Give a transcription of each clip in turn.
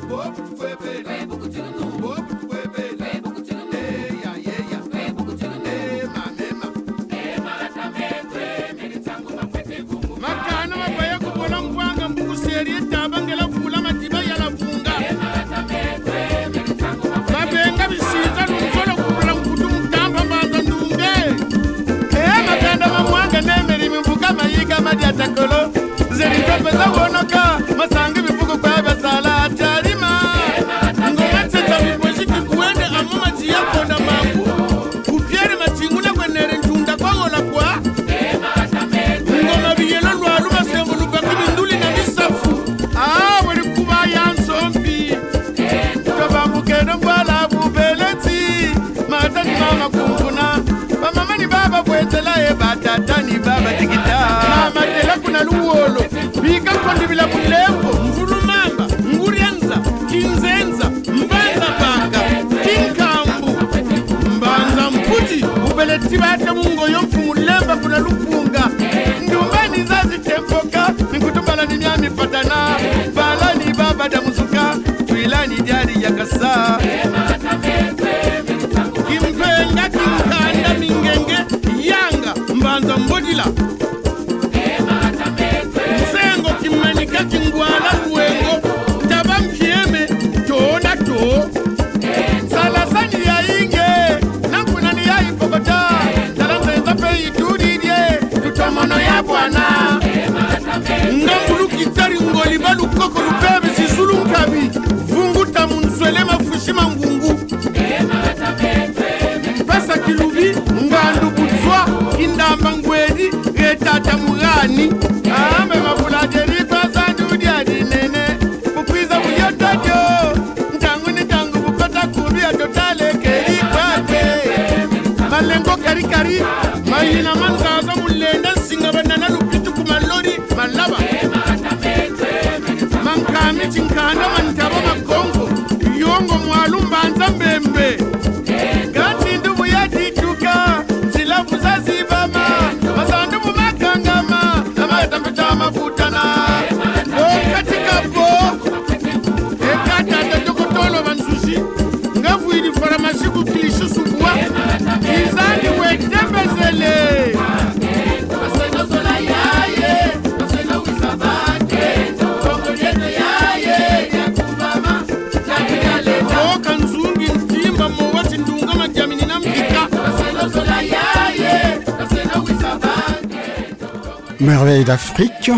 Merveille d'Afrique,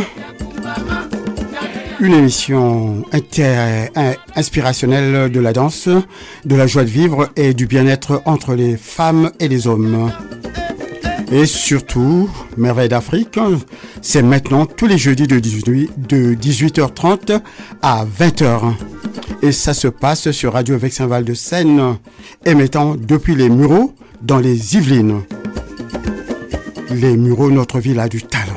une émission inspirationnelle de la danse, de la joie de vivre et du bien-être entre les femmes et les hommes. Et surtout, Merveille d'Afrique, c'est maintenant tous les jeudis de 18h30 à 20h. Et ça se passe sur Radio Vexin Val de Seine, émettant depuis les Mureaux dans les Yvelines. Les Mureaux, notre ville a du talent.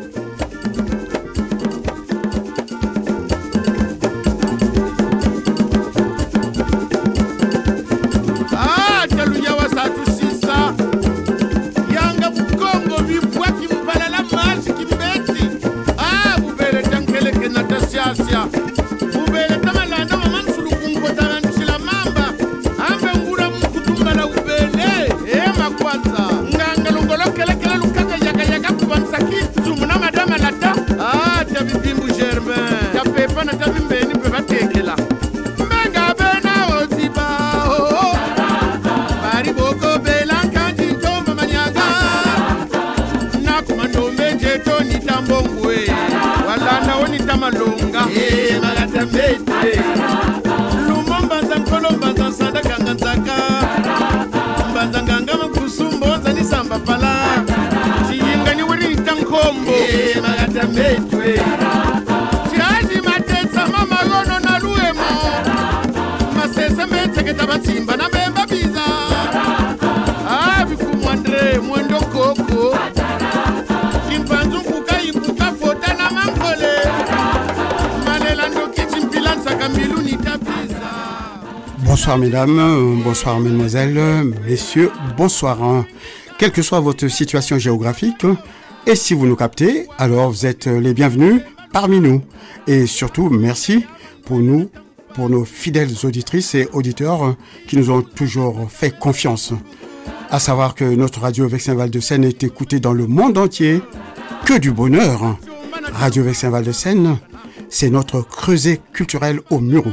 Bonsoir mesdames, bonsoir mesdemoiselles, messieurs, bonsoir. Quelle que soit votre situation géographique, et si vous nous captez, alors vous êtes les bienvenus parmi nous. Et surtout, merci pour pour nos fidèles auditrices et auditeurs qui nous ont toujours fait confiance. À savoir que notre radio Vexin Val de Seine est écoutée dans le monde entier. Que du bonheur! Radio Vexin Val de Seine, c'est notre creuset culturel au Murou.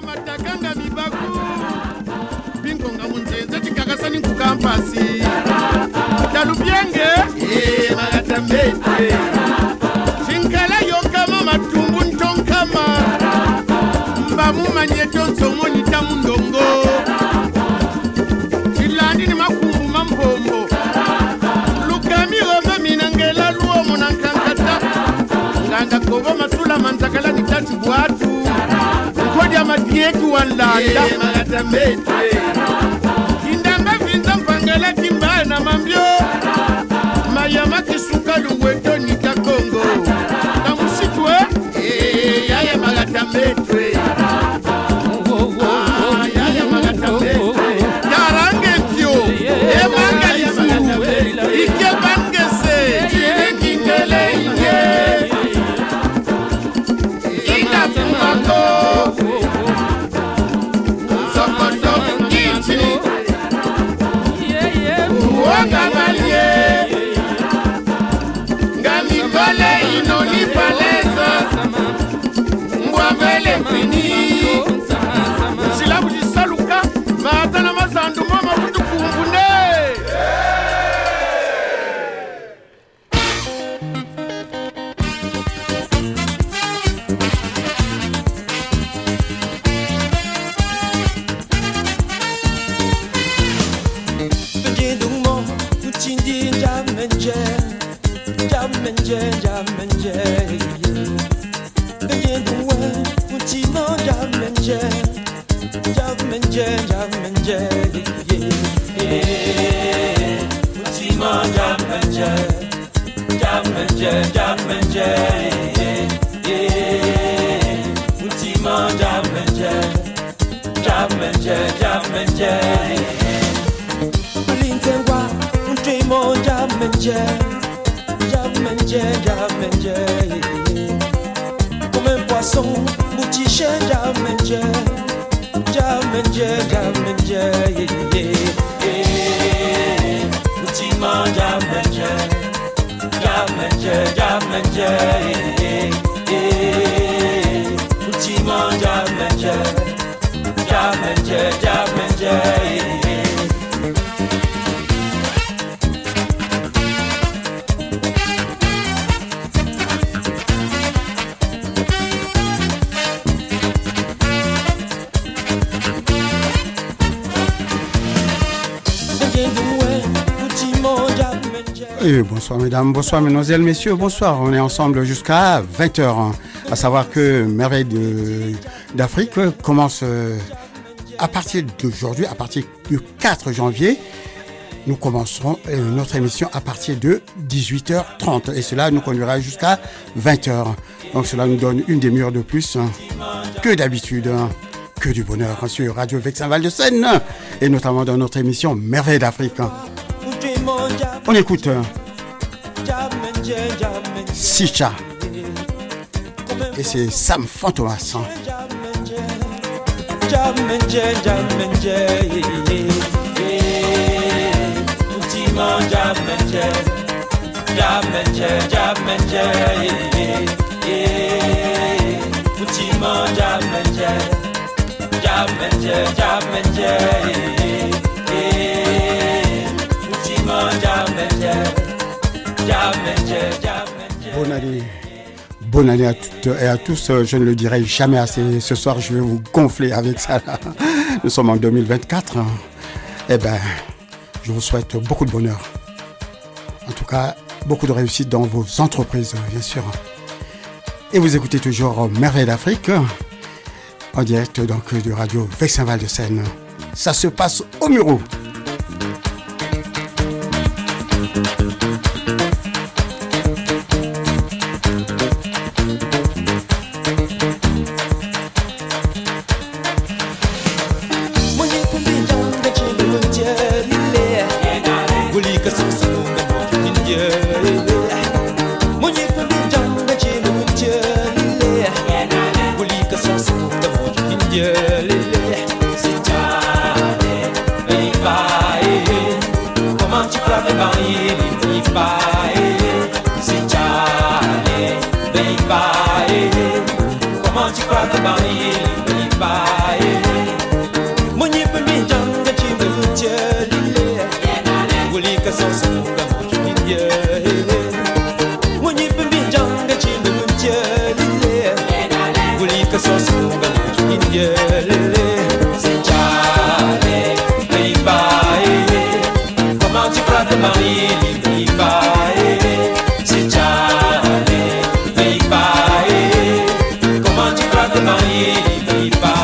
Kobo matula manzakala ni tatu watu Kodi amadietu walanda Magatamete Kindamba vinza mpangala kimba na mambio Mayama kisuka luweto ni kakongo Na musitwe Yaya Magatamete Yaya Magatamete Karange kyo Mangalifu Ike bangese Kingele inye Bonsoir mesdames, bonsoir mesdemoiselles, messieurs, bonsoir. On est ensemble jusqu'à 20h. À savoir que Merveille d'Afrique commence à partir d'aujourd'hui, à partir du 4 janvier. Nous commencerons notre émission à partir de 18h30 et cela nous conduira jusqu'à 20h. Donc cela nous donne une demi-heure de plus que d'habitude. Que du bonheur sur Radio Vexin Val de Seine et notamment dans notre émission Merveille d'Afrique. On écoute Sicha et c'est Sam Fantomas. Bonne année à toutes et à tous. Je ne le dirai jamais assez. Ce soir, je vais vous gonfler avec ça. Nous sommes en 2024. Eh ben, je vous souhaite beaucoup de bonheur. En tout cas, beaucoup de réussite dans vos entreprises, bien sûr. Et vous écoutez toujours Merveille d'Afrique en direct donc de Radio Vexin Val de Seine. Ça se passe au Murou. Yeah. tu crois que Marie n'est pas mon yep mi janga chi me tiele wuli ka so so ga mo chi mon yep mi janga chi me tiele wuli ka so so ga mo chi c'est Charlie n'est pas comment tu crois que Marie n'est pas c'est Charlie n'est pas comment tu crois que Marie n'est pas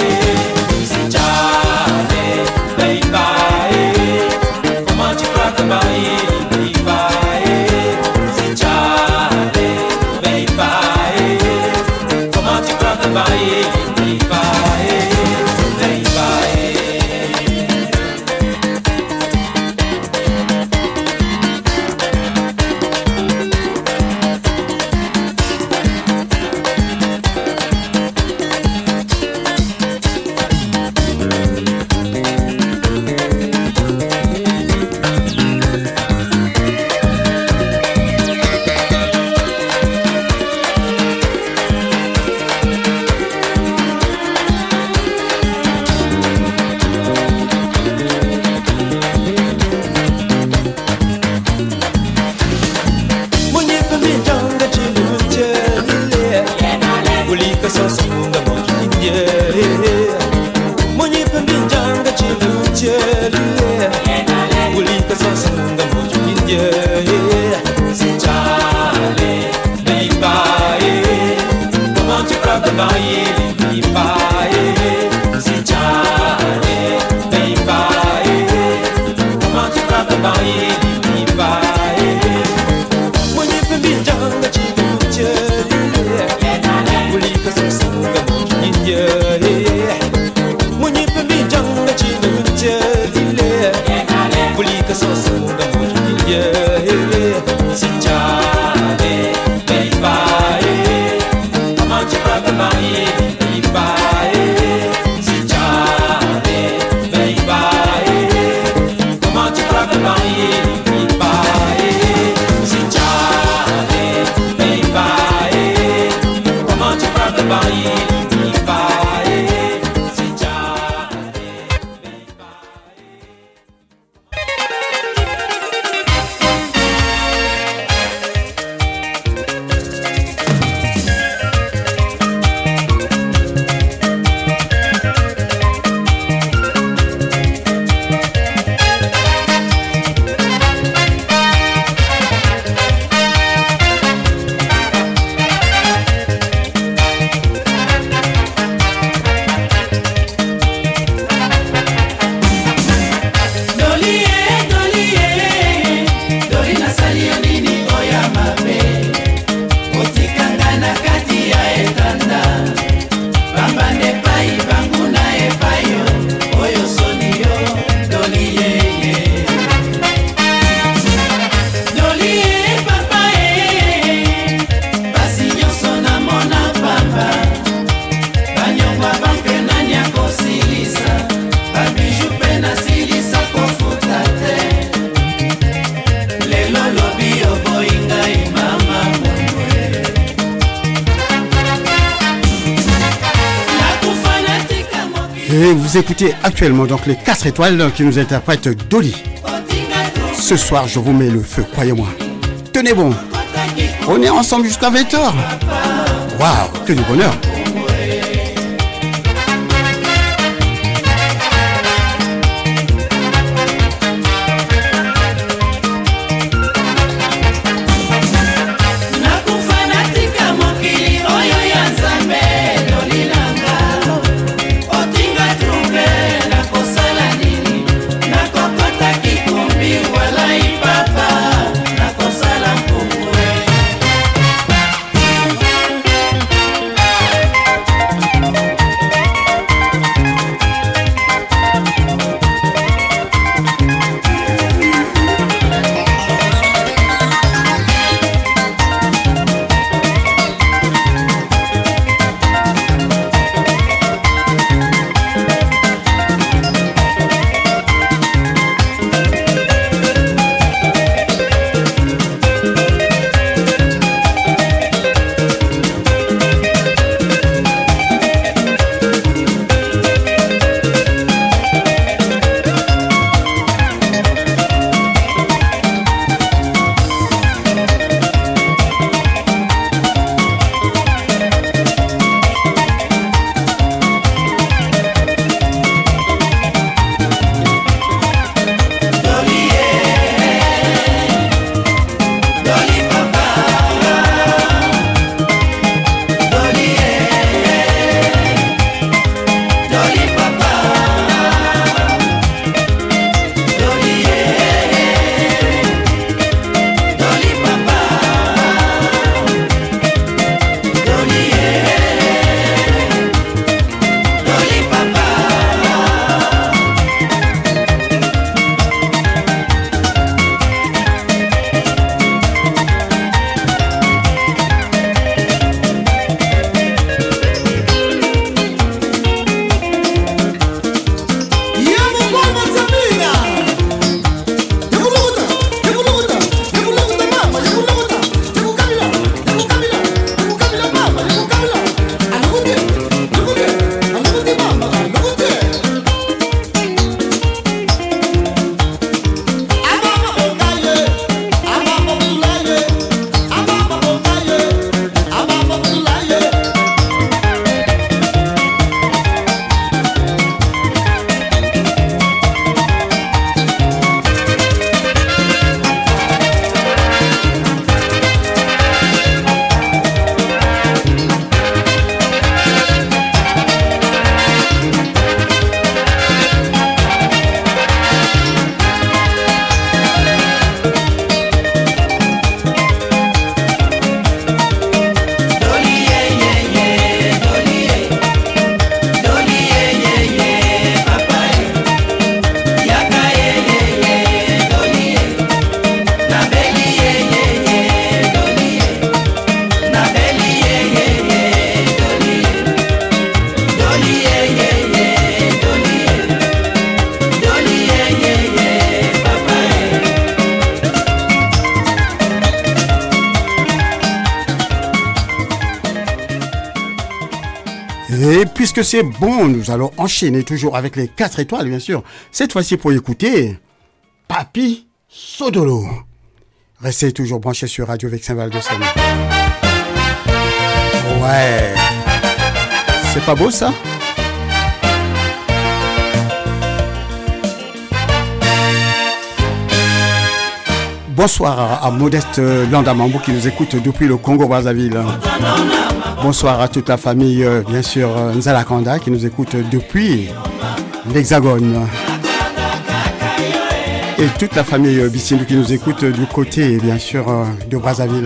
Vous écoutez actuellement donc les 4 étoiles qui nous interprètent Dolly. Ce soir, je vous mets le feu, croyez-moi. Tenez bon, on est ensemble jusqu'à 20h. Waouh, que du bonheur. Papa, Et puisque c'est bon, nous allons enchaîner toujours avec les 4 étoiles, bien sûr. Cette fois-ci pour écouter Papi Sodolo. Restez toujours branchés sur Radio Vexin Val de Seine. Ouais. C'est pas beau ça? Bonsoir à Modeste Landamambo qui nous écoute depuis le Congo-Brazzaville. Bonsoir à toute la famille, bien sûr, Nzalakanda qui nous écoute depuis l'Hexagone. Et toute la famille Bissindou qui nous écoute du côté, bien sûr, de Brazzaville.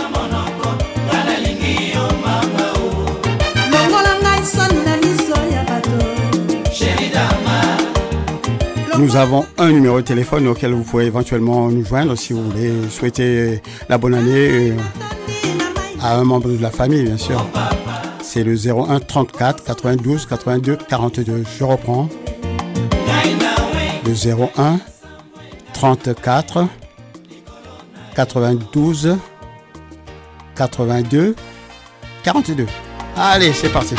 Nous avons un numéro de téléphone auquel vous pouvez éventuellement nous joindre si vous voulez souhaiter la bonne année à un membre de la famille, bien sûr. C'est le 01 34 92 82 42. Je reprends. Le 01 34 92 82 42. Allez, c'est parti.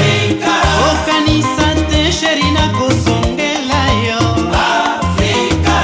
Africa.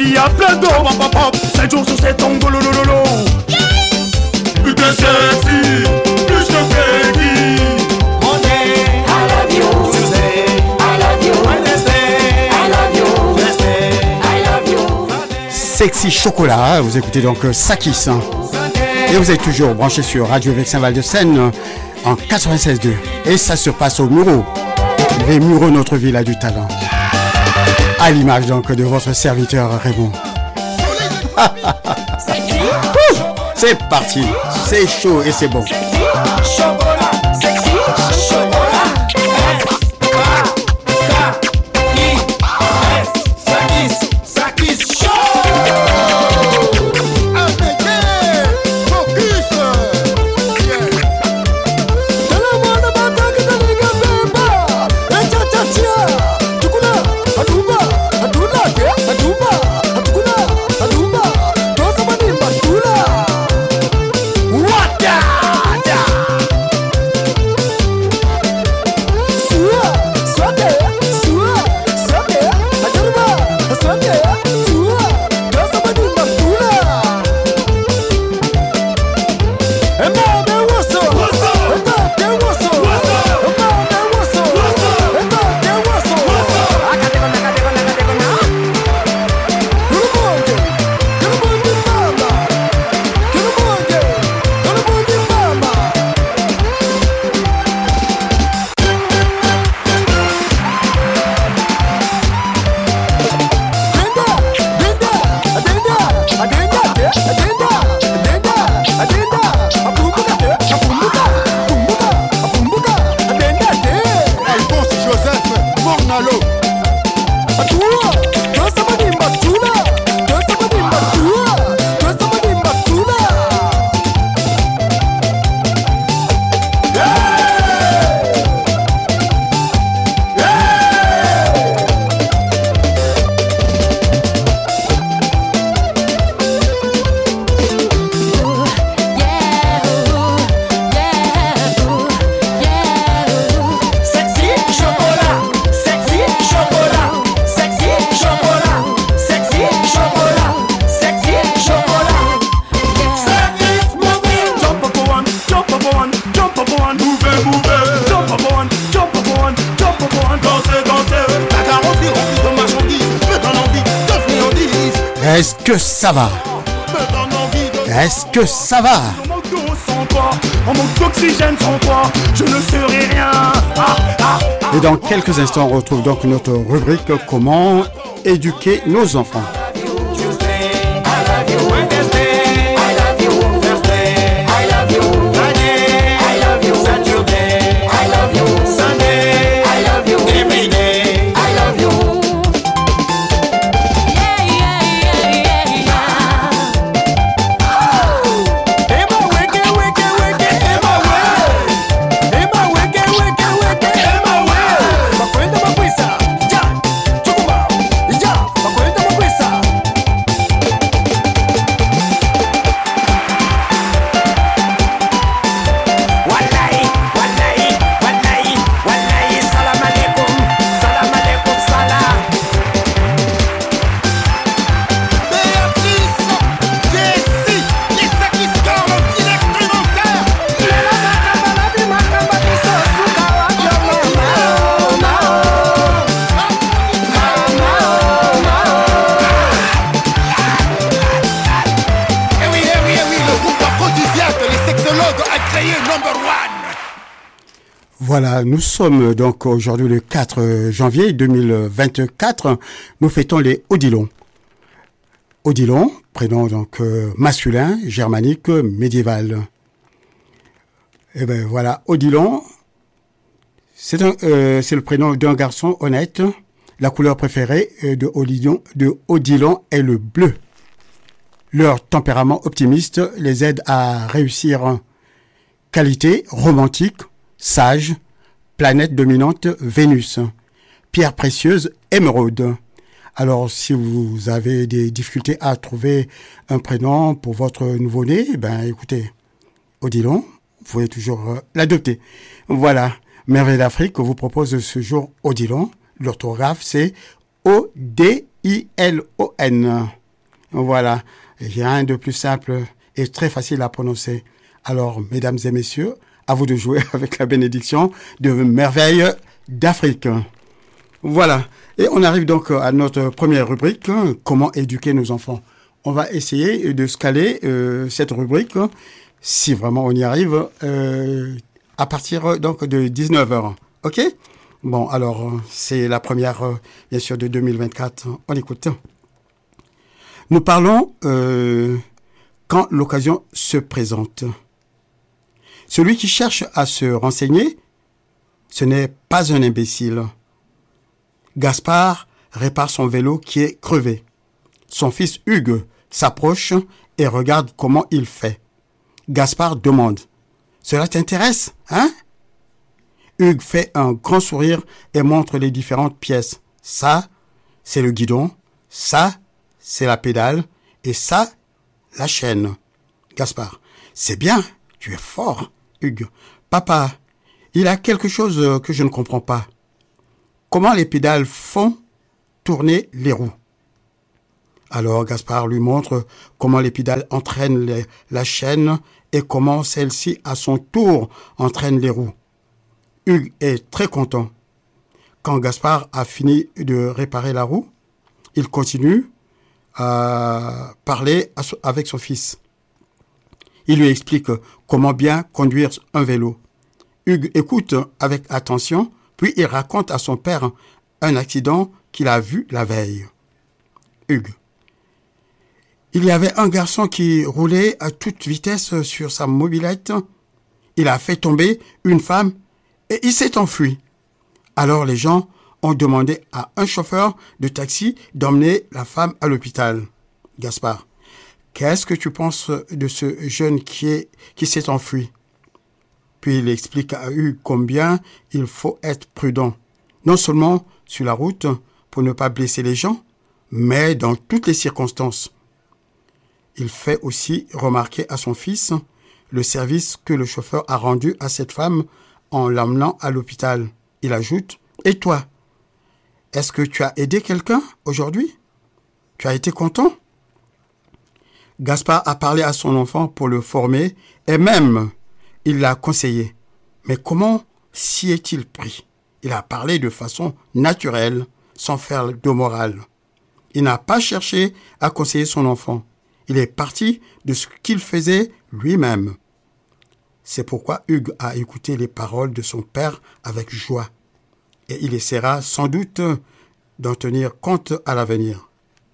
Il y a plein d'eau, 7 jours sur 7 ans, golololo. Plus que sexy, plus que Peggy. I love you. Tuesday, I love you. Wednesday, I love you. Thursday, I love you. Sexy Chocolat, vous écoutez donc Sakis. Et vous êtes toujours branché sur Radio Vexin Val de Seine en 96.2. Et ça se passe au Mureau. Les Mureaux, notre ville a du talent. À l'image donc de votre serviteur Raymond. C'est parti, c'est chaud et c'est bon. Chocolat, sexy, chocolat. Sakis, show. Est-ce que ça va? Est-ce que ça va? En manque d'oxygène sans toi, je ne serai rien. Et dans quelques instants, on retrouve donc notre rubrique Comment éduquer nos enfants. Voilà, nous sommes donc aujourd'hui le 4 janvier 2024. Nous fêtons les Odilons. Odilon, prénom donc masculin, germanique, médiéval. Et ben voilà, Odilon, c'est le prénom d'un garçon honnête. La couleur préférée de Odilon est le bleu. Leur tempérament optimiste les aide à réussir. Qualité romantique, sage, planète dominante Vénus, pierre précieuse émeraude. Alors si vous avez des difficultés à trouver un prénom pour votre nouveau-né, ben écoutez, Odilon, vous pouvez toujours l'adopter. Voilà, Merveille d'Afrique vous propose ce jour Odilon. L'orthographe c'est Odilon. N. Voilà, rien de plus simple et très facile à prononcer. Alors, mesdames et messieurs, à vous de jouer avec la bénédiction de Merveilles d'Afrique. Voilà, et on arrive donc à notre première rubrique, comment éduquer nos enfants. On va essayer de scaler cette rubrique, si vraiment on y arrive, à partir donc de 19h. OK ? Bon, alors, c'est la première, bien sûr, de 2024. On écoute. Nous parlons quand l'occasion se présente. Celui qui cherche à se renseigner, ce n'est pas un imbécile. Gaspard répare son vélo qui est crevé. Son fils Hugues s'approche et regarde comment il fait. Gaspard demande « Cela t'intéresse, hein ?» Hugues fait un grand sourire et montre les différentes pièces. Ça, c'est le guidon. Ça, c'est la pédale. Et ça, la chaîne. Gaspard. C'est bien, tu es fort, Hugues. Papa, il y a quelque chose que je ne comprends pas. Comment les pédales font tourner les roues? Alors Gaspard lui montre comment les pédales entraînent la chaîne et comment celle-ci, à son tour, entraîne les roues. Hugues est très content. Quand Gaspard a fini de réparer la roue, il continue à parler avec son fils. Il lui explique comment bien conduire un vélo. Hugues écoute avec attention, puis il raconte à son père un accident qu'il a vu la veille. Hugues. Il y avait un garçon qui roulait à toute vitesse sur sa mobilette. Il a fait tomber une femme et il s'est enfui. Alors les gens ont demandé à un chauffeur de taxi d'emmener la femme à l'hôpital. Gaspard, qu'est-ce que tu penses de ce jeune qui s'est enfui? Puis il explique à Hugues combien il faut être prudent, non seulement sur la route pour ne pas blesser les gens, mais dans toutes les circonstances. Il fait aussi remarquer à son fils le service que le chauffeur a rendu à cette femme en l'emmenant à l'hôpital. Il ajoute « Et toi, est-ce que tu as aidé quelqu'un aujourd'hui? Tu as été content ?» Gaspard a parlé à son enfant pour le former et même il l'a conseillé. Mais comment s'y est-il pris? Il a parlé de façon naturelle, sans faire de morale. Il n'a pas cherché à conseiller son enfant. Il est parti de ce qu'il faisait lui-même. C'est pourquoi Hugues a écouté les paroles de son père avec joie. Et il essaiera sans doute d'en tenir compte à l'avenir.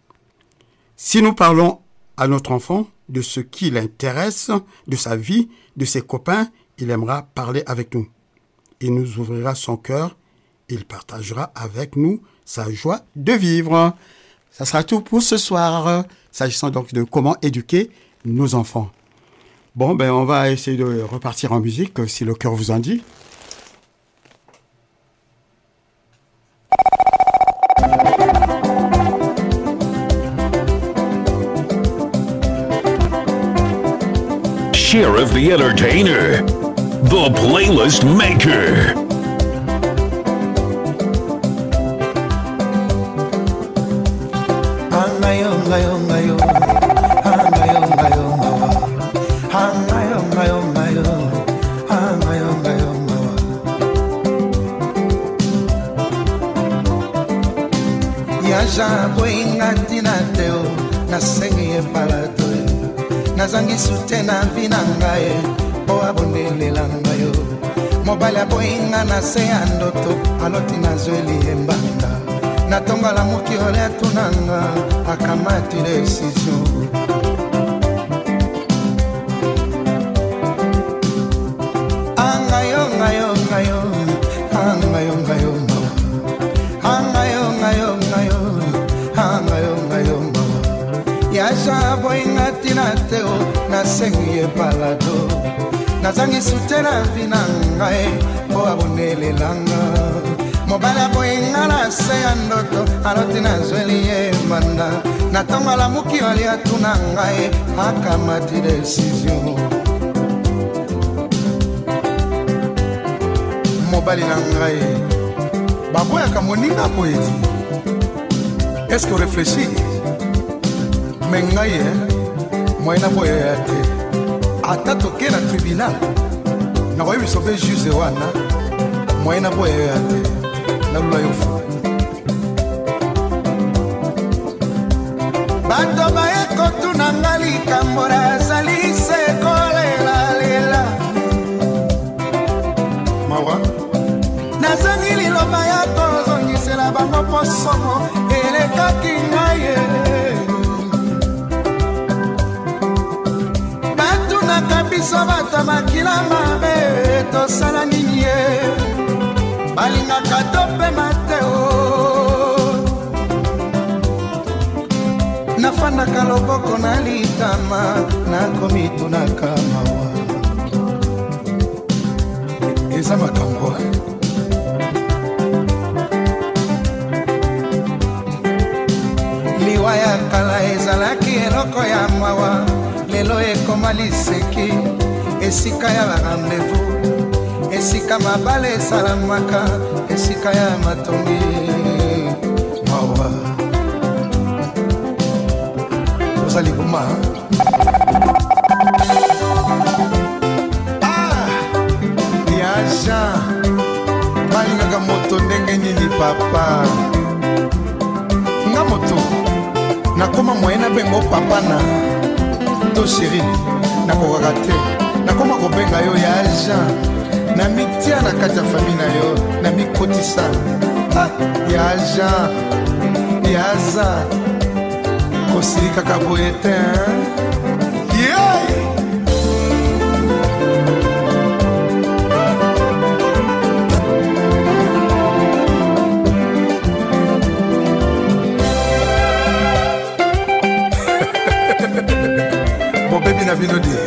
Si nous parlons à notre enfant de ce qui l'intéresse, de sa vie, de ses copains, il aimera parler avec nous. Il nous ouvrira son cœur, il partagera avec nous sa joie de vivre. Ça sera tout pour ce soir, s'agissant donc de comment éduquer nos enfants. Bon, ben on va essayer de repartir en musique, si le cœur vous en dit. Sheriff the Entertainer, the Playlist Maker. Yaja boinga tinateo na sengi e palatoe nazangi sutena vinangae o abonelela ngayo mobala boinga na se andoto aloti nazweli embanda natonga la muki ole tunanga akamati decision angayo ngayo ngayo angayo ngayo angayo ngayo ngayo angayo ngayo yasha boinga tinateo na sengi e palado nazangi sutena vinangae o abonelelanga mobala boinga na se andoto aloti nazweli embanda natonga la muki ole tunangae akamati decision mobali nangae baboyaka moninga poeti. Est-ce qu'on réfléchit? me ngai moyena boya te ata toke na tribunal nakoyebi sobe juge wana moyena boya te nalula yo fu bato bayekotuna nga likambo nazali se kolelalela mawa nazangi liloba ya kozongisela bango posomo elekaki ngai batunaka biso bato makila mabe tosala nini ye balingaka topema te nafandaka loboko na litama nakomitunaka mawa eza makambo liwa ya kala ezalaki eloko ya mawa lelo ekoma liseki esika ya barandevous esika mabale esalamaka esika ya matongi mawa ozali boma ya Jean balingaka moto ndenge nini papa nga moto nakoma moyena bengo papa na to chéri nakokaka te nakoma kobenga yo ya Jean na mitia na kati ya fami na yo na mikotisa ya Jean ya za kosilikaka boye te bobebi na bino die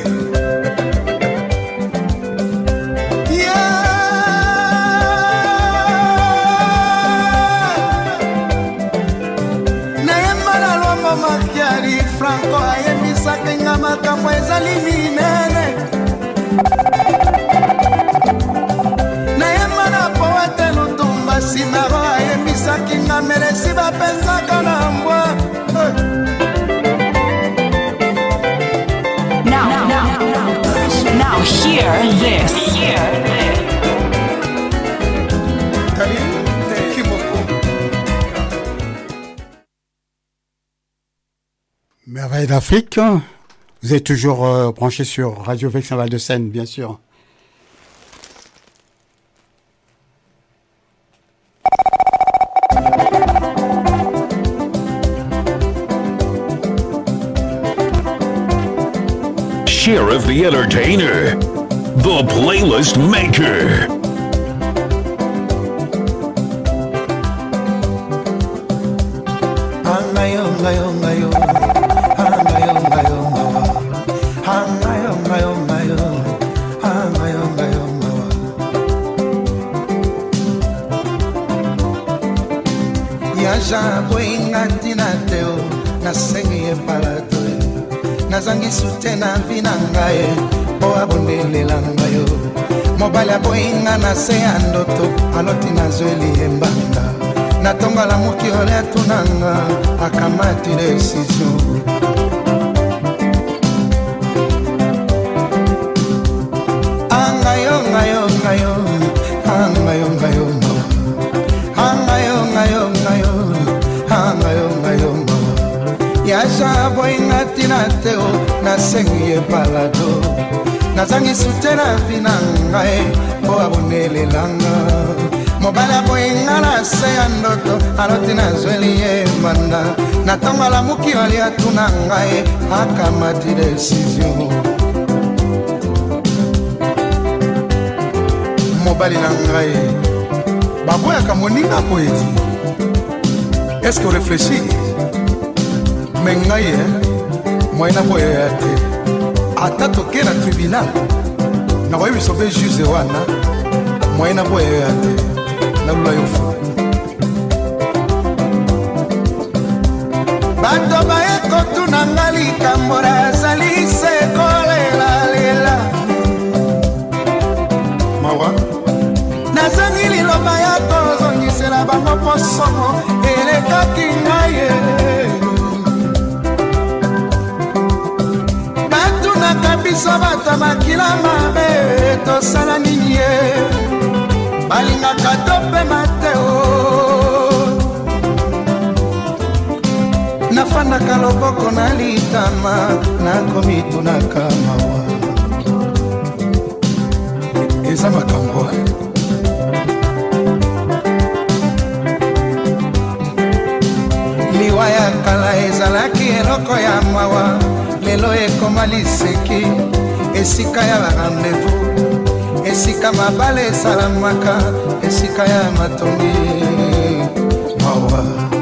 Franco ayebisaki nga makambo ezali minene nayemba na po ete lutumba sinaro ayebisaki nga melesi bapenzaka na mbwa Now hear this. Merveille d'Afrique, vous êtes toujours branché sur Radio Vexin Val de Seine, bien sûr. Sheriff the Entertainer, the Playlist Maker. Boingatinateo nasengi epalatoe nazangi sute na vina ngae po abondelela ngayo mobali aboinga na se ya ndoto aloti nazweli embanga natonga la muki ole atunanga akamati decision angayo ngayo ngayo angayo ngayo angayo ngayo ngayo angayo ngayo yasha boinga tinateo nasengi epalado nazangi sute na vina ngae po abonelelanga mobala boinga na se ya ndoto aloti nazweli embanda natonga la muki oli atuna ngae akamati decision mobali na ngae baboyaka moninga poeti. Est-ce qu'on réfléchit? Mais ngai moyena boya te ata toke na tribunal nakoyebi sobe juge wana moyena boya te nalula yo fu bato bayekotuna nga likambo nazali se kolelalela mawa nazangi liloba ya kozongisela bango posomo elekaki ngai tobebisa makila mabe tosala nini ye balingaka topema te o nafandaka loboko na litama nakomitunaka mawa eza makambo liwa ya kala ezalaki eloko ya mawa lelo ekoma liseki esika ya barandevous esika mabale esalamaka esika ya matongi mawa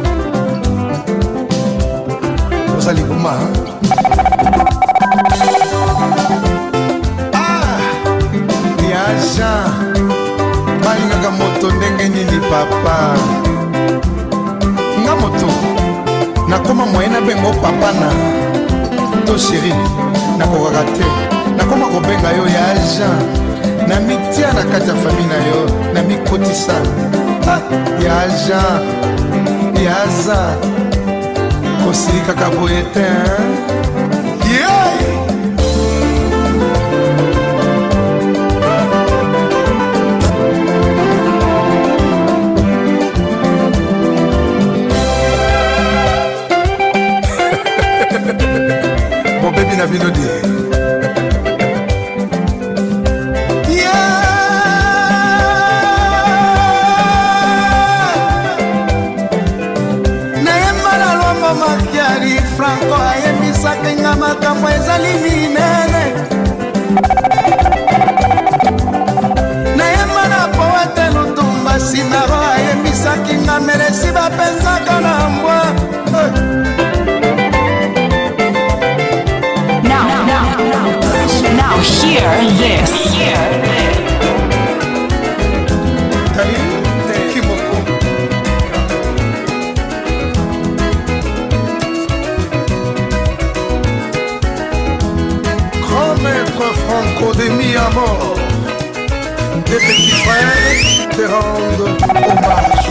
ozali boma ya Jean balingaka moto ndenge nini papa nga moto nakoma moye na bengo papa na to sheri nakokaka te nakoma kobenga yo ya Jean na mitia na kati ya fami na yo na mikotisa ya Jean ya za kosilikaka boye te bobebi na bino die Franco ayebisaki nga makambo ezali minene nayemba na poete lutumba sinaro ayebisaki nga meresi bapenzaka na mbwa Now hear this. Franco de mi amour, des petits frères te rendent hommage.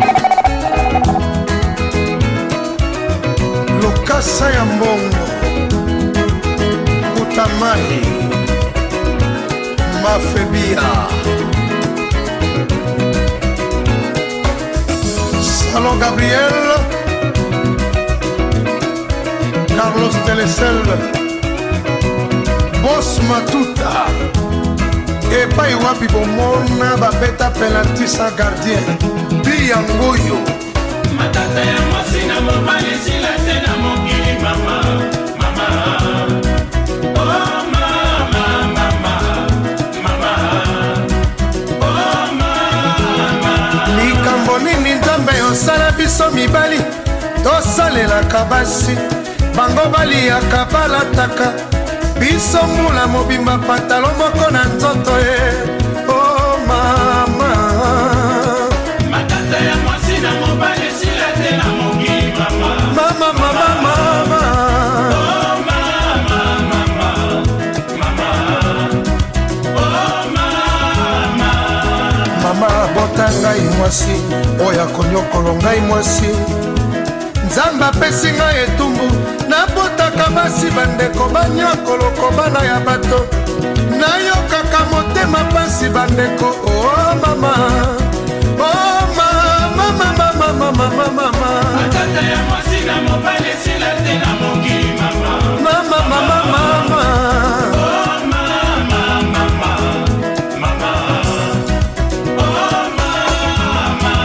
Lokasa ya mbongo, Utamai, Mafebia, Salon Gabriel, Carlos Telecel, Boss Matuta epai wapi bomona babeta penalty sa gardien biyangoyo matata ya mwasi na mobali esila te na mokili mama mama oh mama mama mama oh mama likambo nini nzambe osala biso mibali tosalelaka basi bango baliyaka balataka biso mula mobimba patalo moko na nzoto ye oh mama matata ya mwasi na mobali esila te na mokili mama mama mama mama oh mama mama mama oh mama mama bota ngai mwasi oyo akonyokolo ngai mwasi nzambe apesi ngai etumbu nabotaka basi bandeko banyokoloko bana ya bato nayokaka motema pasi bandeko oh mama oh mama mama mama mama mama atata ya mwasi na mobali esila te na mokili mama mama mama mama oh mama mama mama oh mama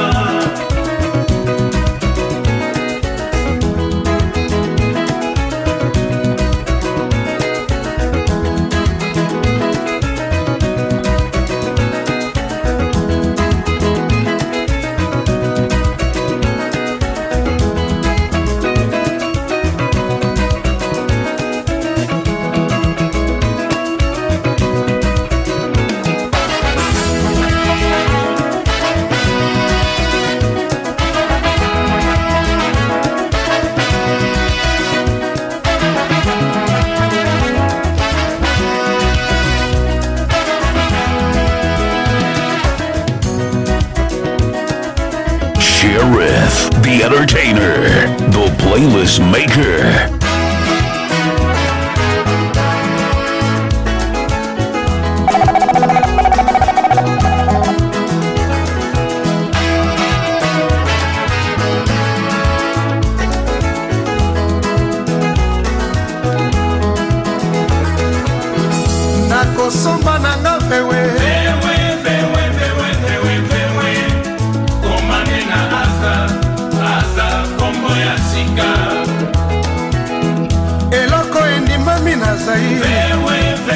Sheriff, the entertainer, the playlist maker. kosomba nanga vewe komane na aza kombo ya sika eloko endimami na zai vewe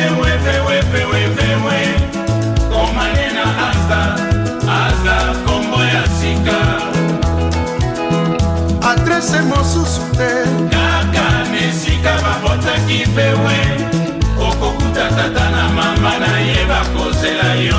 komane na aza kombo ya sika adrese mosusu te kaka nesika babotaki vewe okokuta tata na mama na ye bakozela yo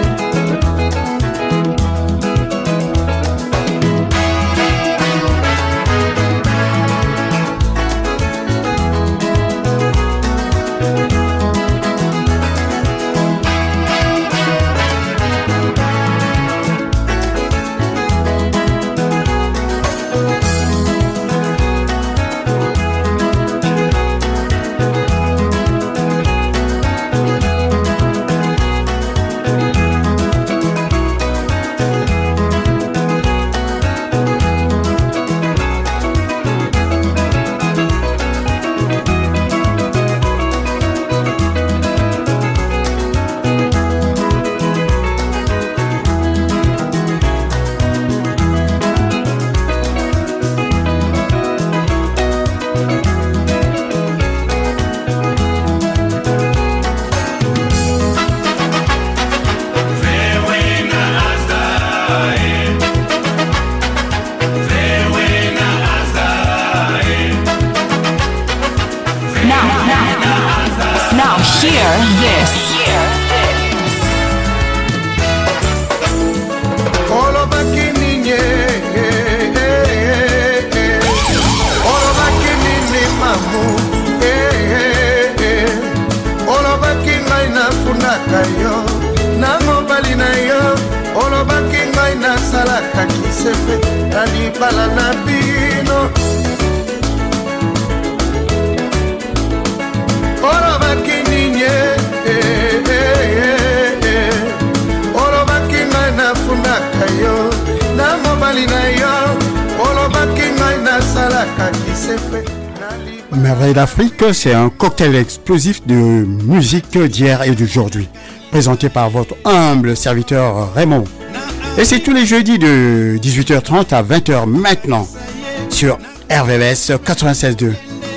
Merveille d'Afrique, c'est un cocktail explosif de musique d'hier et d'aujourd'hui, présenté par votre humble serviteur Raymond. Et c'est tous les jeudis de 18h30 à 20h maintenant sur RVVS 96.2.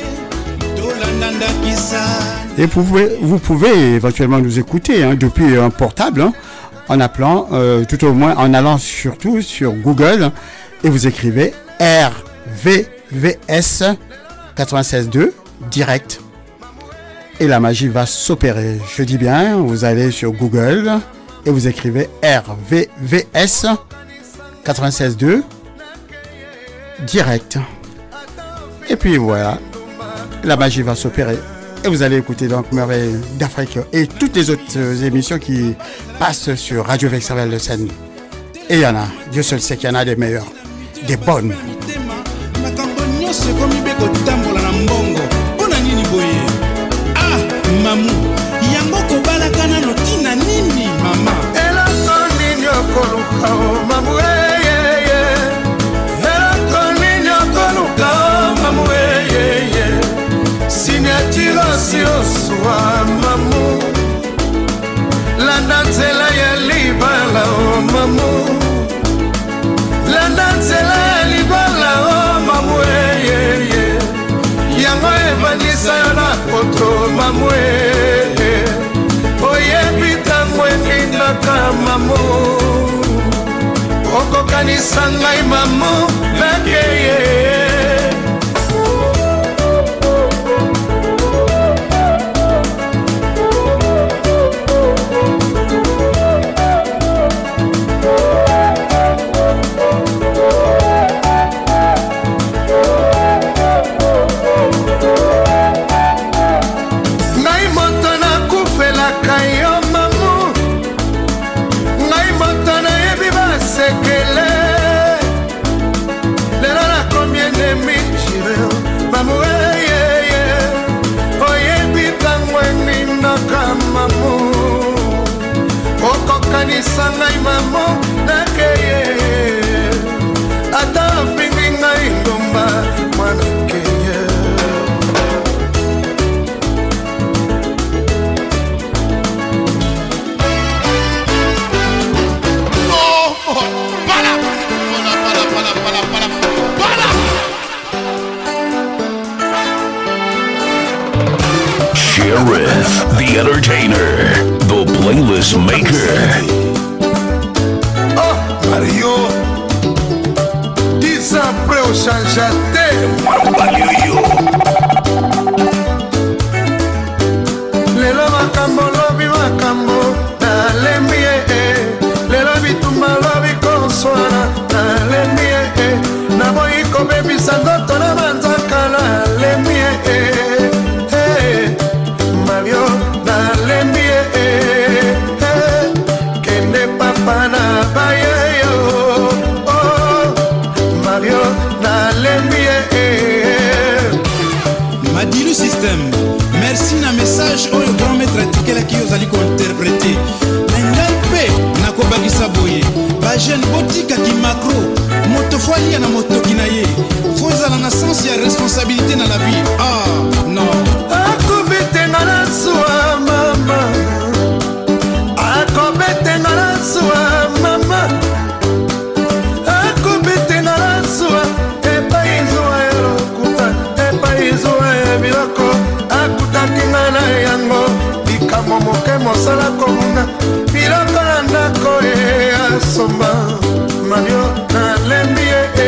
Et vous pouvez éventuellement nous écouter depuis un portable en appelant, tout au moins en allant surtout sur Google et vous écrivez RVVS 96.2 direct et la magie va s'opérer. Je dis bien, vous allez sur Google et vous écrivez RVVS 96.2 direct et puis voilà, la magie va s'opérer et vous allez écouter donc Merveille d'Afrique et toutes les autres émissions qui passent sur Radio Vexavel de Seine. Et il y en a, Dieu seul sait qu'il y en a des meilleures, des bonnes. Sekomi beko tambola na mbongo pona nini boye ah mamu yango ko balaka na notina nini mama eloko nini okoluka o mamu eloko nini okoluka o mamu signature sioswa mamu landa nzela ya libala o mamu landa nzela ya libala o mamu yango evanisa yo na poto mamu oyebi ntango elingaka mamu okokanisa ngai mamu nakeye Combien Sheriff, the entertainer, the playlist maker. Oh, Mario, 10 ans après au changeate. Lelo makambo lobi makambo na lembie. Lelo bitumba lobi konswana na lembie. Na boiko baby sandoto na manzaka na lembie. Mario na lembie. Kende papa na baye yo. Oh, Mario na lembie. Madilu System, merci na message oyo grand maître atikelaki ozali kointerpréter. Mengai pe nakobakisa boye ba jeune botikaki macro moto fo alia na motoki na ye fo ezala na sens ya responsabilité na la vie. Ah non akobetenga na suwa mama, akobetenga na suwa mama, akobetenga na suwa epai zuwa elokuta epai zuwa ebiloko akutaki nga na yango likambo moke mosala komuna biloko na ndako asomba Mario na lembi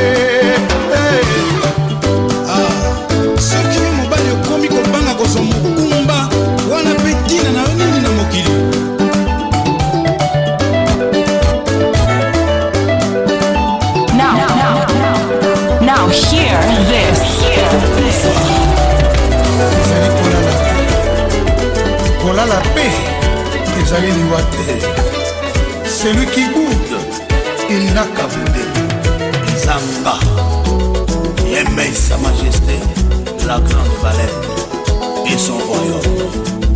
soki yo mobali okomi kobanga kozwa mokumba wana mpe tina na yo nini na mokili. Now hear this. ezali kolala pe ezali liwa te. Celui qui boude il n'a qu'à bouder. Zamba aimait sa majesté la grande baleine et son royaume.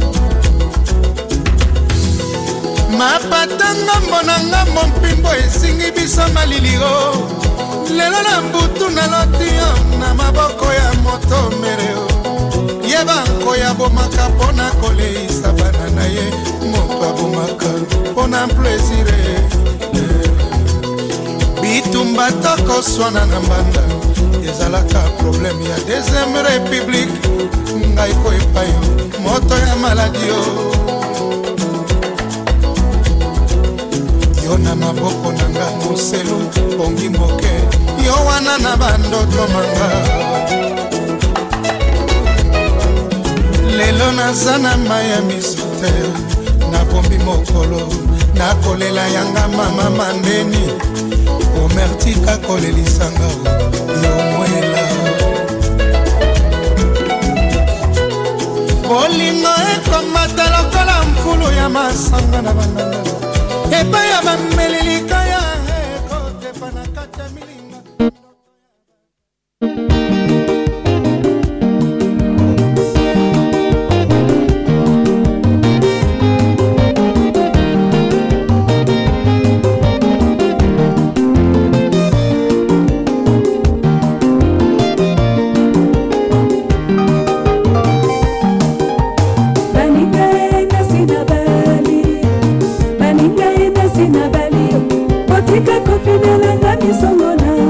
Mapatanga monanga mompimbo esingi biso maliliro. Lelo na mbutu na lotio na maboko ya moto mereo. Yeba nkoya bomaka pona koleisa bana na ye. Moto abomaka pona plaisir. Bitumba toko swana na mbanda. Ezalaka problème ya deuxième république. Ngai ko epayo moto ya maladio. Yo na maboko nanga moselu pongi moke. Yo wana na bandoto manga. Lelo nazana maya misute. Na bombi mokolo. Na kolela yanga mama mandeni. Omertika kolelisanga. Yo mwela. Bolingo ekomata lokola mfulu ya masanga na bananga. Epa ya bamelelika ya ekote panakata milinga. Botika kofinela nga misongona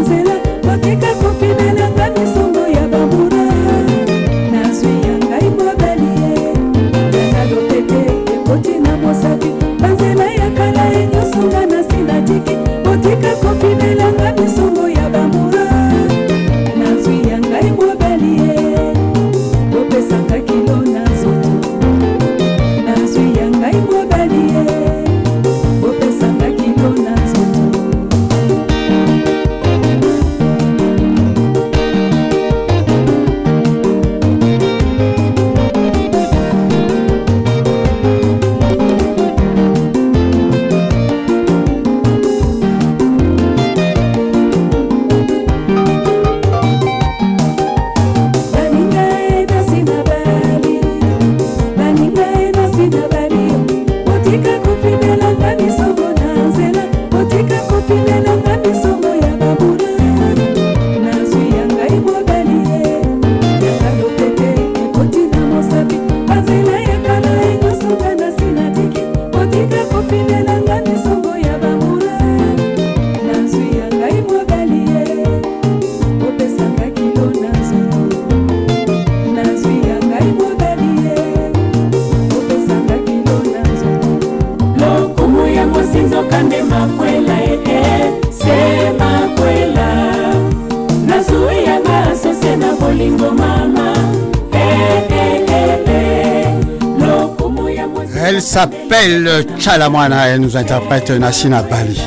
s'appelle Chalamwana. Elle nous interprète Nassina Bali.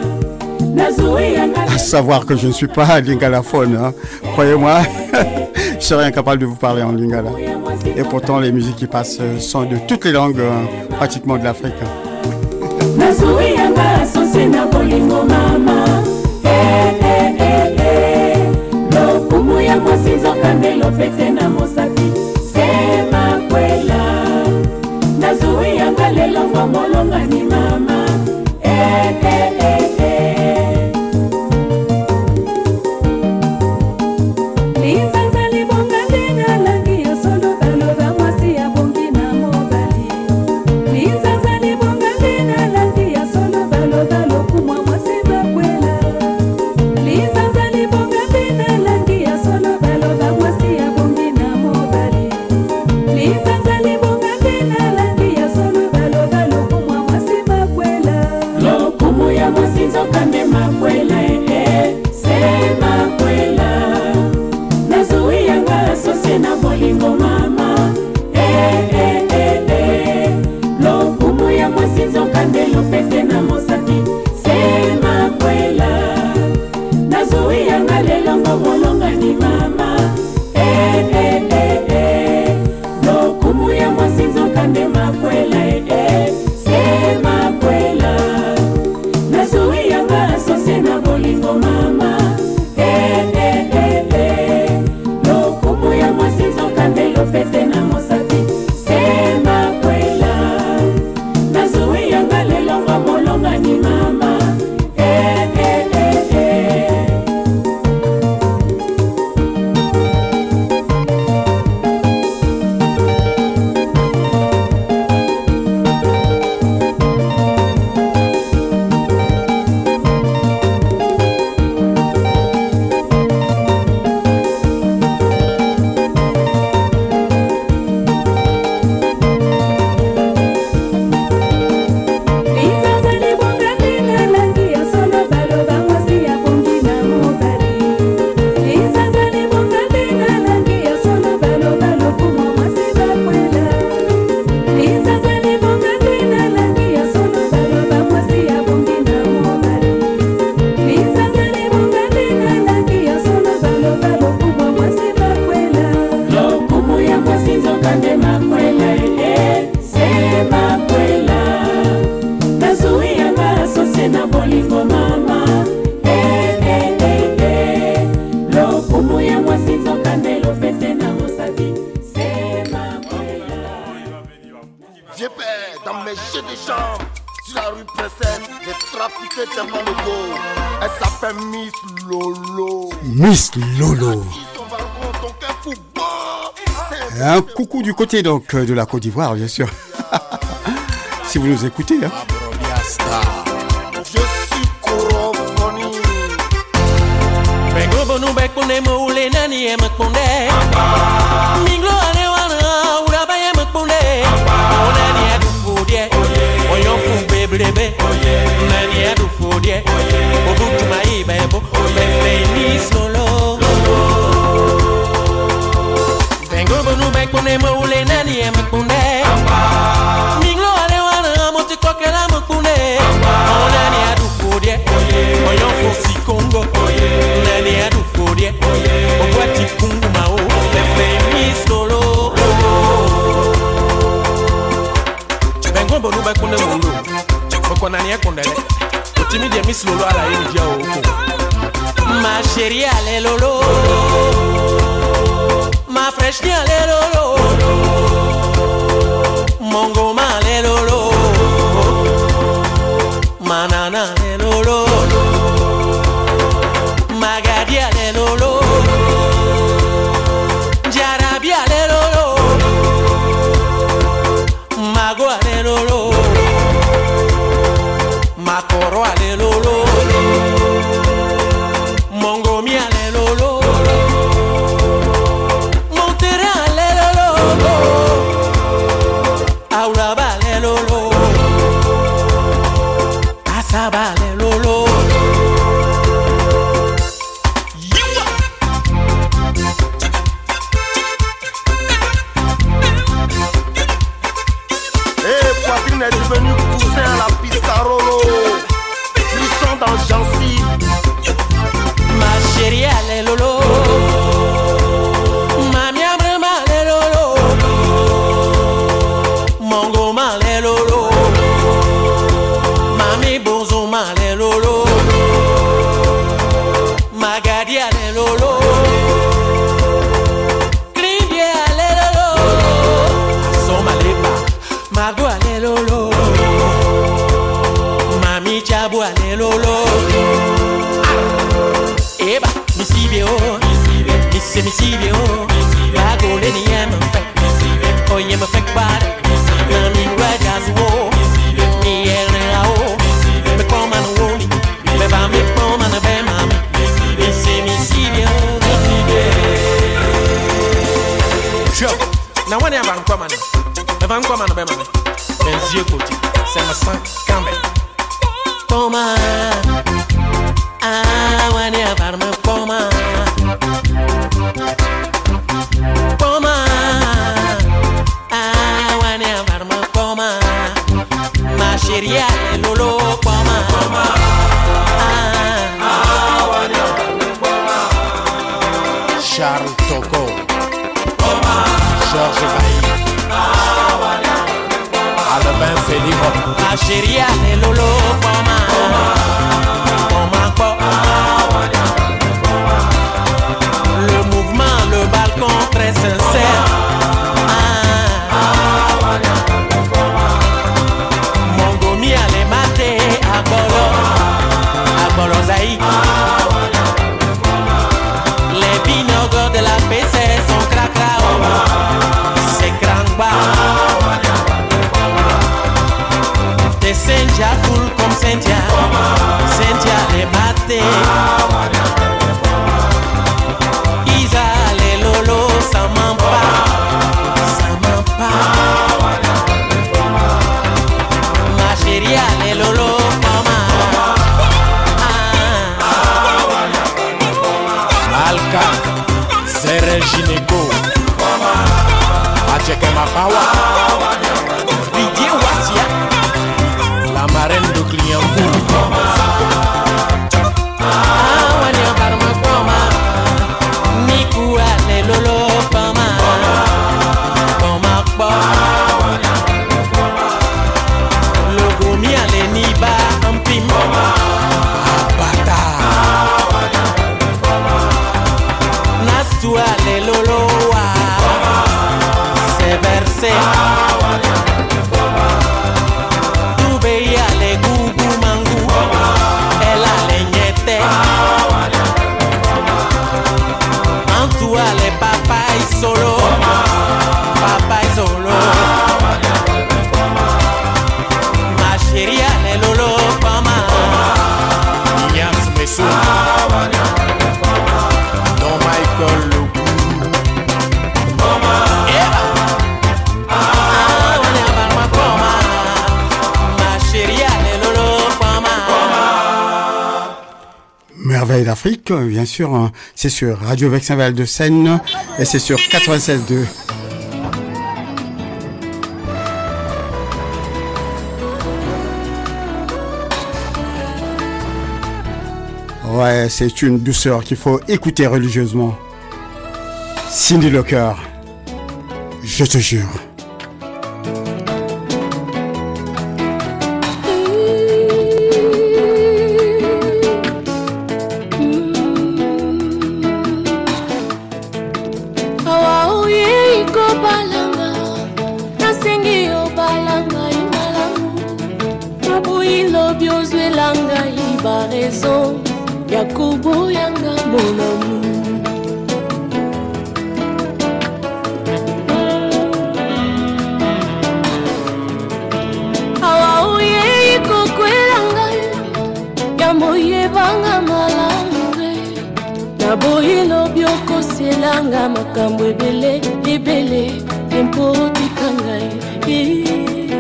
À savoir que je ne suis pas lingalaphone, hein. Croyez-moi, je serais incapable de vous parler en lingala. Et pourtant, les musiques qui passent sont de toutes les langues, pratiquement de l'Afrique. Un coucou du côté donc de la Côte d'Ivoire, bien sûr. Si vous nous écoutez, hein. Je suis Korofoni. Ma chérie, allez lolo, ma fraîche, allez lolo, mon gomme, allez lolo, ma nana, allez lolo, ma gadi, allez lolo, jarabi, allez lolo, ma go, allez lolo, ma coro, allez lolo. Mongomi ale lolo, Monterrey ale lolo, Aulaba ale lolo, Asaba ale lolo. Eh, poitrine Job. Now when I'm coming, if I'm coming, I'm coming. Mes yeux côté, c'est ma sang quand même. Poma, ah, when I'm me poma. Poma, ah, when I'm me poma. Ma chérie, elle est lolo, poma. Ah, when I'm me poma. Charles Toko, Georges Bailly. Albin Félix, la chérie, elle est lolo, poma, poma, le mouvement, le balcon très sincère. Mon gomi, elle est matée à Bolo Zaï. Les binogos de la PC sont cracrao, c'est crangba. De Cynthia cool comme Cynthia, Cynthia les maté. Isa les lolo, ça m'en pas, ça m'en pas. Ma chérie les lolo, maman. Alka, Zere Gineco, Acheke Mapawa, Didier Wassia. La marraine de Clignancourt. Ah, Wanya Karma Poma. Nikou ale lolo pama. Poma Poma. Le gomi ale niba ampim. Abata. Nastu ale lolo wa. C'est versé. Les papays solo, papays solo. Ma chérie, elle est lolo, pama. Ignace Messou, Don Michael Loubou. Ma chérie, elle est lolo, pama. Merveille d'Afrique, bien sûr, c'est sur Radio Vexin Val de Seine et c'est sur 96.2. Ouais, c'est une douceur qu'il faut écouter religieusement. Cindy Locker, je te jure. Yakubu yanga mon amour. Awa uye iko kwelanga ya moye banga malangue. Na bohilo bioko selanga makambo ebele ebele empoti kangai.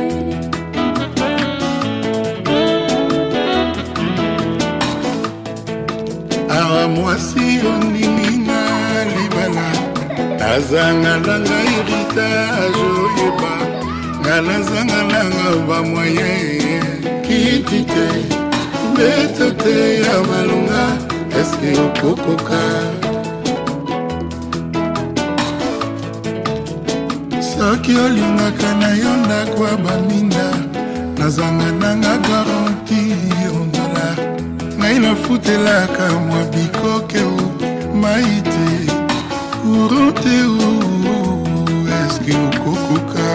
Mwasi oningina libala Tazanga langa irita ajoyeba Ngalazanga langa bamwaye Kitite Betote ya malunga Eske okokoka Soki olingaka na yonda kwa baminda Nazanga nanga garanti ondala Naina futelaka mwa bikoke ou maite Urante ou eske okokoka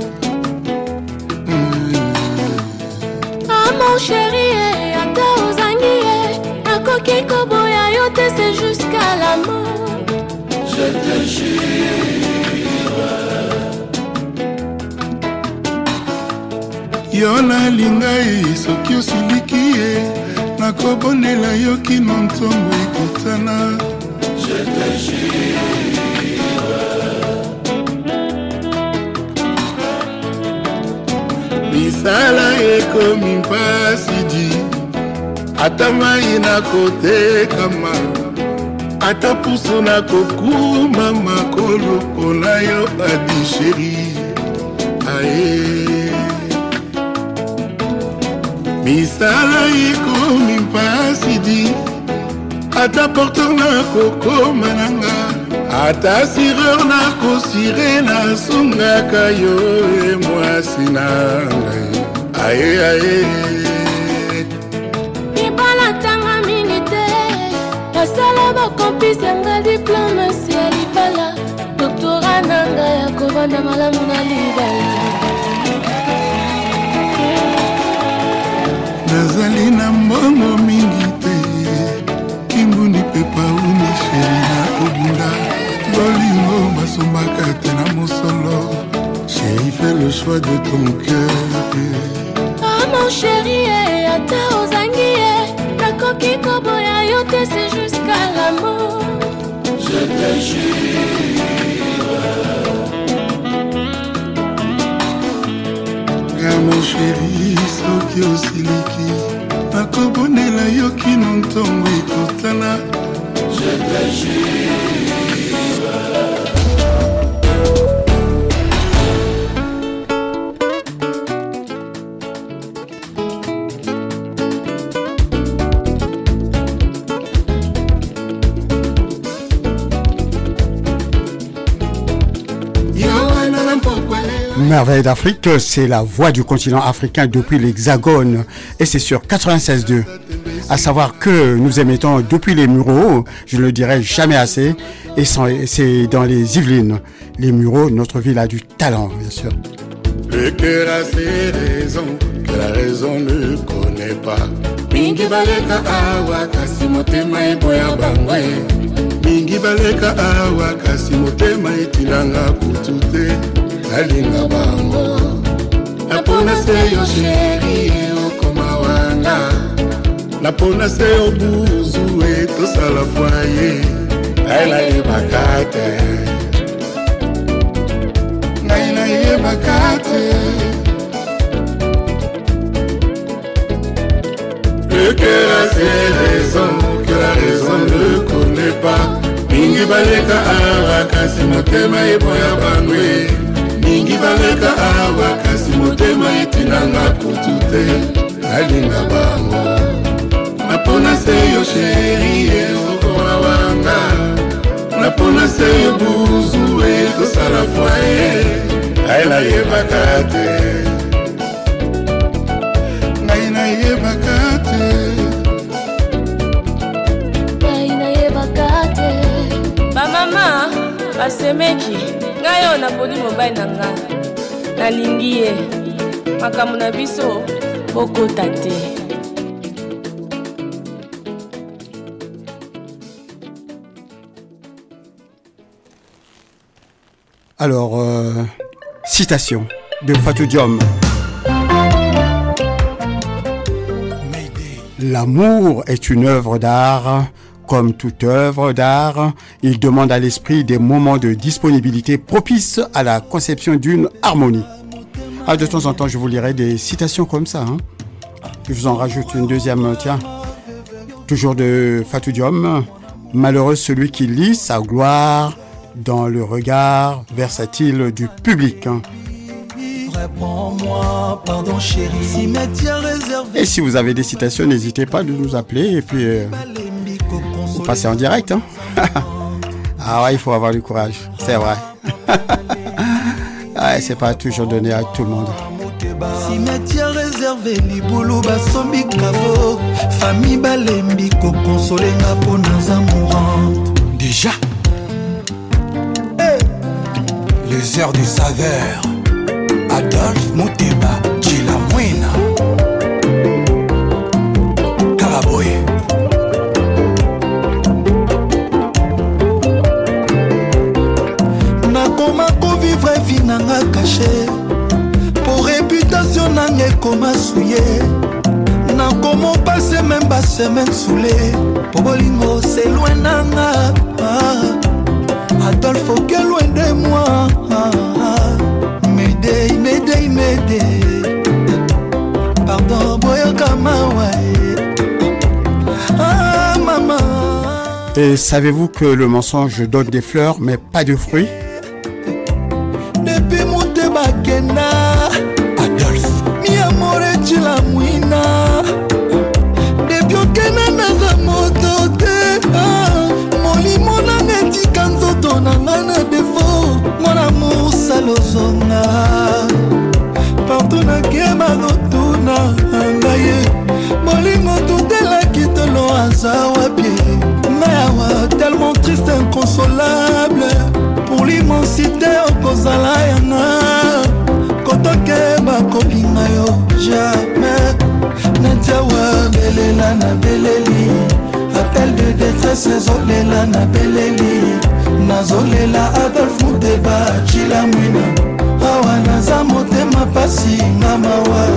Ah mon chéri, ata ozangi Nakoki koboya yote c'est jusqu'à la mort Je te jure Yona lingai soki osiliki nakobonela yo kino ntongo ekutana. Je te jure misala ekomi mpasidi ata mai nakotekama ata pusu nakokuma makolo mpona yo adi sheri aye misala ekomi mpasidi ata porteur nakokoma nanga ata sireur nakosire nasungaka yo e mwasi nangai aye aye ibala tanga mingi te basala bakompisi yanga diplome si ya libala doktora nanga ya kovanda malamu na libala nazali na mbongo mingi te kimbundi pepa uni sheri na kobunda bolingo basombaka te na mosolo chéri fais le choix de ton cœur ah mon chéri ata ozangi nakoki koboya yo te c'est jusqu'à la mort je te jure ah mon chéri soki osiliki nakobonela yo kino ntongo ekotala je te jure Merveille d'Afrique, c'est la voix du continent africain depuis l'Hexagone et c'est sur 96.2. À savoir que nous émettons depuis les Mureaux, je ne le dirai jamais assez, et c'est dans les Yvelines. Les Mureaux, notre ville a du talent, bien sûr. Le cœur a ses raisons que la raison ne connaît pas. Mingi baleka awa kasi motema eboya bangwe. Mingi baleka awa kasi motema etilanga kutute. Nalinga bango napona seyo sheri okoma wanga napona seyo buzu etosala foye naila yebakate naila yebakate le cœur a ses raisons que la raison ne connaît pas mingi baleka awa kasi motema eboya bangwe mingi baleka awa kasi motema etinanga kutu te nalinga bango napona seyo sheri eokoa wanga napona seyo buzu etosala foye ngai nayebaka te ngai nayebaka te ngai nayebaka te bamama basemeki ngai oyo naponi mobali na nga nalingi ye makambo na biso bokota te. Alors, citation de Fatou Diom. L'amour est une œuvre d'art. Comme toute œuvre d'art, il demande à l'esprit des moments de disponibilité propices à la conception d'une harmonie. Ah, de temps en temps, je vous lirai des citations comme ça. Je vous en rajoute une deuxième, tiens. Toujours de Fatou Diom. Malheureux celui qui lit sa gloire dans le regard versatile du public. Réponds-moi, pardon chérie. Cimetière réservé. Et si vous avez des citations, n'hésitez pas de nous appeler et puis vous passez en direct. Ah ouais, il faut avoir du courage, c'est vrai. Ouais, c'est pas toujours donné à tout le monde. Cimetière réservé, Liboulou Basombi Kavo. Famille Balembi, consoler nga pour nos amourantes. Déjà, hey. Les heures du saveur. Adolphe Mouteba, Gila Mouina Karaboy. Nakoma ko vivre vie nanga caché. Pour réputation nanga koma souillé. Nakoma passer même pas semaine saoulé. Pour bolingo c'est loin nanga. Adolphe ok loin de moi. Mayday, mayday, mayday. Et savez-vous que le mensonge donne des fleurs mais pas de fruits? Depuis mon bakena Adolphe mi amore chila muina depuis okena na moto te molimo na neti kanzoto na ngana defo mona musalozonga partout na keba rotuna ngaye molingo tutela kitolo azawa pied mais tellement triste inconsolable pour l'immensité okozala yana kotoke bakobinga yo jamais netiawa belela na beleli appel de détresse ezolela na beleli nazolela Adolphe Muteba chila mwina awa naza motema pasi nga mawa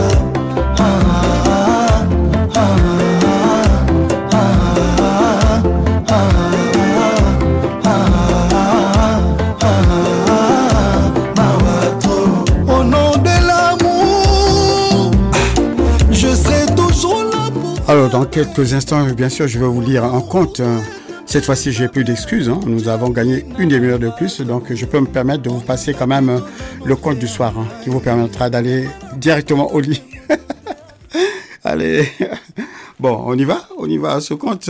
au nom de l'amour je serai toujours là pour... Alors dans quelques instants bien sûr je vais vous lire un conte. Cette fois-ci j'ai plus d'excuses, hein. Nous avons gagné une demi-heure de plus, donc je peux me permettre de vous passer quand même le conte du soir, hein, qui vous permettra d'aller directement au lit. Allez, bon on y va à ce conte.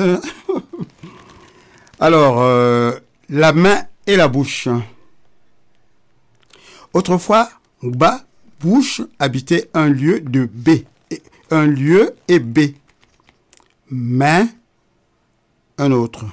Alors la main et la bouche. Autrefois, Ngba, bouche habitait un lieu de B, un lieu et B. Main, un autre.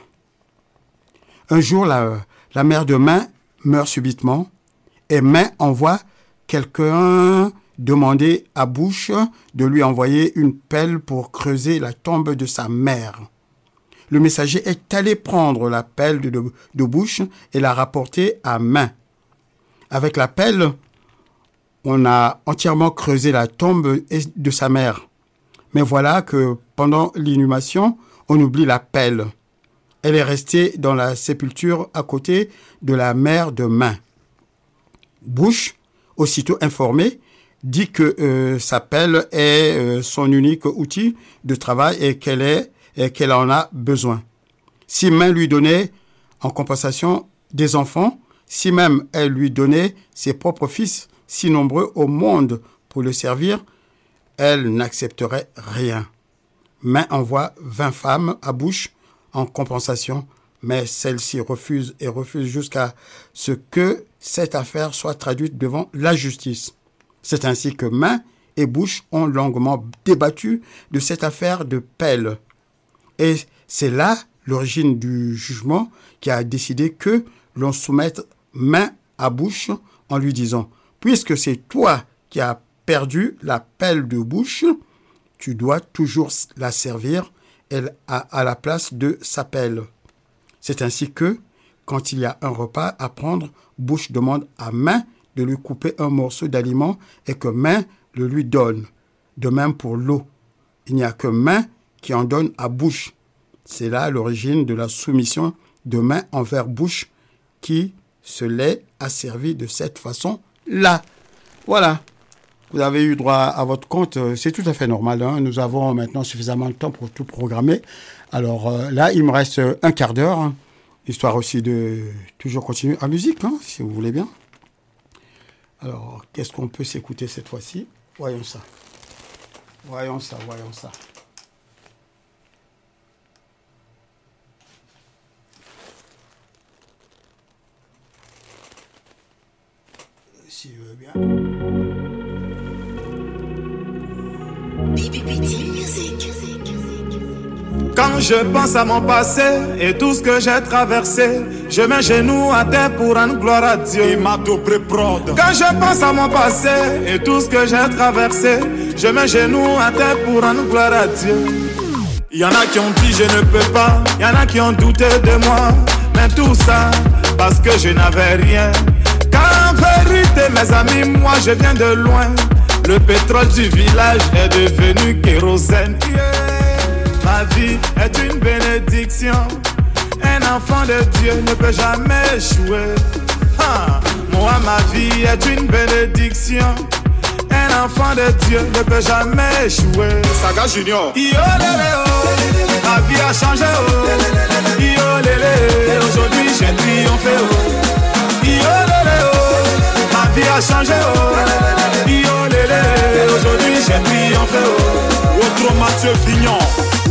Un jour, la mère de Main meurt subitement et Main envoie quelqu'un demander à Bouche de lui envoyer une pelle pour creuser la tombe de sa mère. Le messager est allé prendre la pelle de Bouche et la rapporter à Main. Avec la pelle, on a entièrement creusé la tombe de sa mère. Mais voilà que pendant l'inhumation, on oublie la pelle. Elle est restée dans la sépulture à côté de la mère de Main. Bouche, aussitôt informé, dit que sa pelle est son unique outil de travail et qu'elle en a besoin. Si Main lui donnait en compensation des enfants, si même elle lui donnait ses propres fils, si nombreux au monde pour le servir, elle n'accepterait rien. Main envoie 20 femmes à Bouche en compensation, mais celle-ci refuse jusqu'à ce que cette affaire soit traduite devant la justice. C'est ainsi que Main et Bouche ont longuement débattu de cette affaire de pelle. Et c'est là l'origine du jugement qui a décidé que l'on soumette Main à Bouche en lui disant « Puisque c'est toi qui as perdu la pelle de Bouche, tu dois toujours la servir à la place de sa pelle. » C'est ainsi que, quand il y a un repas à prendre, Bouche demande à Main de lui couper un morceau d'aliment et que Main le lui donne. De même pour l'eau. Il n'y a que Main qui en donne à Bouche. C'est là l'origine de la soumission de Main envers Bouche qui se l'est asservi de cette façon-là. Voilà. Vous avez eu droit à votre compte, c'est tout à fait normal. Hein. Nous avons maintenant suffisamment de temps pour tout programmer. Alors là, il me reste un quart d'heure, hein, histoire aussi de toujours continuer en musique, hein, si vous voulez bien. Alors, qu'est-ce qu'on peut s'écouter cette fois-ci? Voyons ça. Voyons ça. Si je veux bien. Quand je pense à mon passé et tout ce que j'ai traversé, je mets genoux à terre pour rendre gloire à Dieu. Quand je pense à mon passé et tout ce que j'ai traversé, je mets genoux à terre pour rendre gloire à Dieu. Il y en a qui ont dit je ne peux pas, il y en a qui ont douté de moi, mais tout ça parce que je n'avais rien. Car en vérité mes amis, moi je viens de loin. Le pétrole du village est devenu kérosène. Ma vie est une bénédiction. Un enfant de Dieu ne peut jamais échouer. Moi, ma vie est une bénédiction. Un enfant de Dieu ne peut jamais échouer. Saga Junior. Yo lélé oh, ma vie a changé oh. Yo lélé, aujourd'hui j'ai triomphé oh. Yo lélé oh, ma vie a changé oh. Yo lélé, aujourd'hui j'ai triomphé oh. Autre Mathieu Vignon.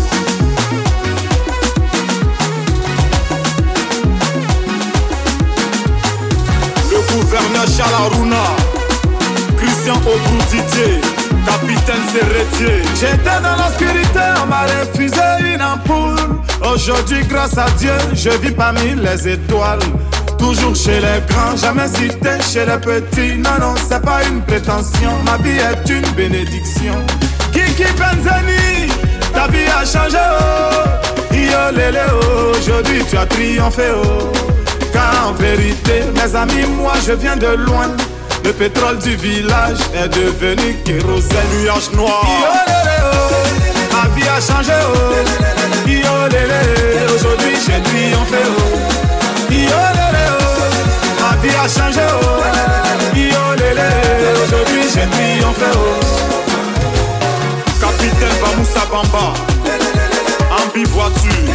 Le gouverneur Charles Christian Obrou Didier, capitaine Serretier. J'étais dans l'obscurité, on m'a refusé une ampoule. Aujourd'hui grâce à Dieu, je vis parmi les étoiles. Toujours chez les grands, jamais cité chez les petits. Non, non, c'est pas une prétention, ma vie est une bénédiction. Kiki Benzani, ta vie a changé oh. Yo lélé oh, aujourd'hui tu as triomphé oh. Car en vérité, mes amis, moi je viens de loin. Le pétrole du village est devenu kérosène. Nuage noir. Yo lélé oh, ma vie a changé oh. Yo lélé, aujourd'hui j'ai triomphé oh. Yo lélé oh, ma vie a changé oh. Yo lélé, aujourd'hui j'ai triomphé oh. Capitaine Bamoussa Bamba, Ambi voiture,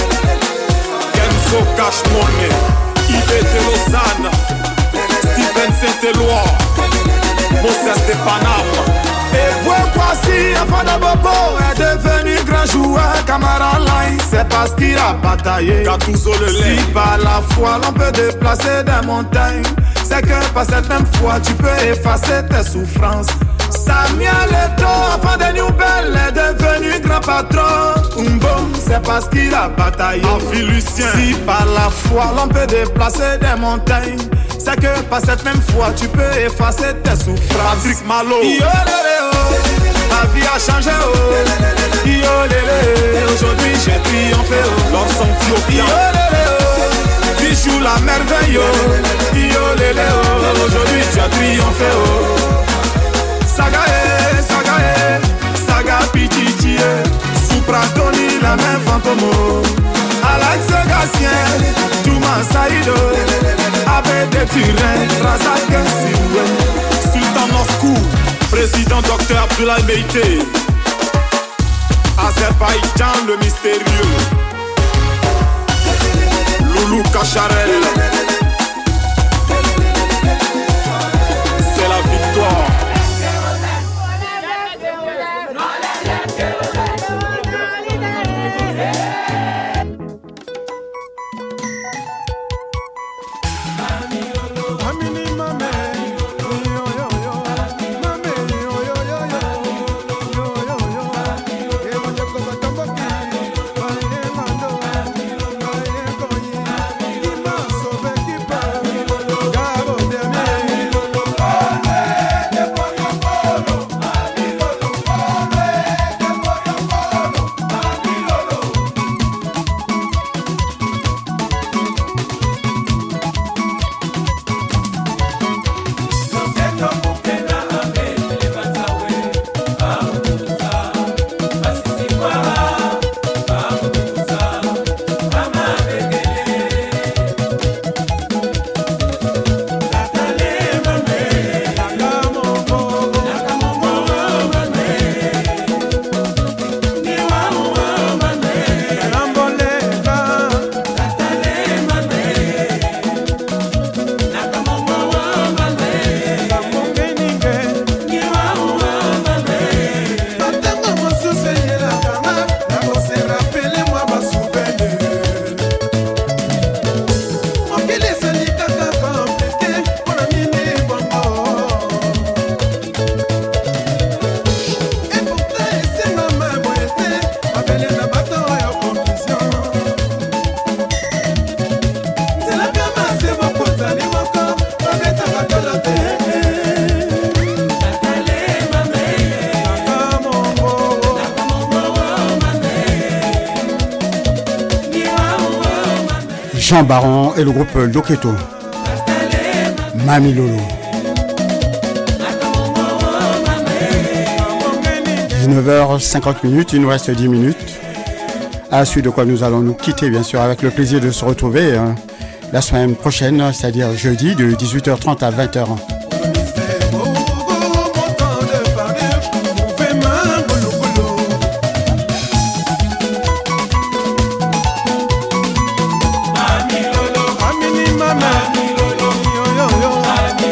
Kenzo Cash Money, IB de Lausanne, Steven Saint-Éloi, Moses de Paname. Et pourquoi si enfant de Bobo est devenu grand joueur, Camara Line, c'est parce qu'il a bataillé. Si par la foi l'on peut déplacer des montagnes, c'est que par cette même foi tu peux effacer tes souffrances. Samuel Eto, enfant de Newbel, est devenu grand patron. Umbom, c'est parce qu'il a bataillé. Lucien. Si par la foi l'on peut déplacer des montagnes, c'est que par cette même foi tu peux effacer tes souffrances. Patrick Malo. Yo lélé oh, ma vie a changé oh. Yo lélé, aujourd'hui j'ai triomphé oh. L'ensemble Yo lélé oh, tu joues la merveille oh. Yo lélé oh, aujourd'hui tu as triomphé oh. Sagae, Sagae, Saga Pichichi, Supratoni, la main fantomo. Alex Gatien, Touma Saïdo, Abbé de Turin, Razak Sioué, Sultan Moscou, président Dr Abdoulaye Meïté, Azerbaïdjan le mystérieux, Loulou Kacharel, c'est la victoire. Jean Baron et le groupe Loketo. Mami Lolo. 19h50, il nous reste 10 minutes. À la suite de quoi nous allons nous quitter, bien sûr, avec le plaisir de se retrouver la semaine prochaine, c'est-à-dire jeudi, de 18h30 à 20h.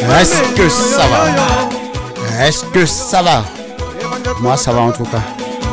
Est-ce que ça va? Est-ce que ça va? Moi ça va en tout cas.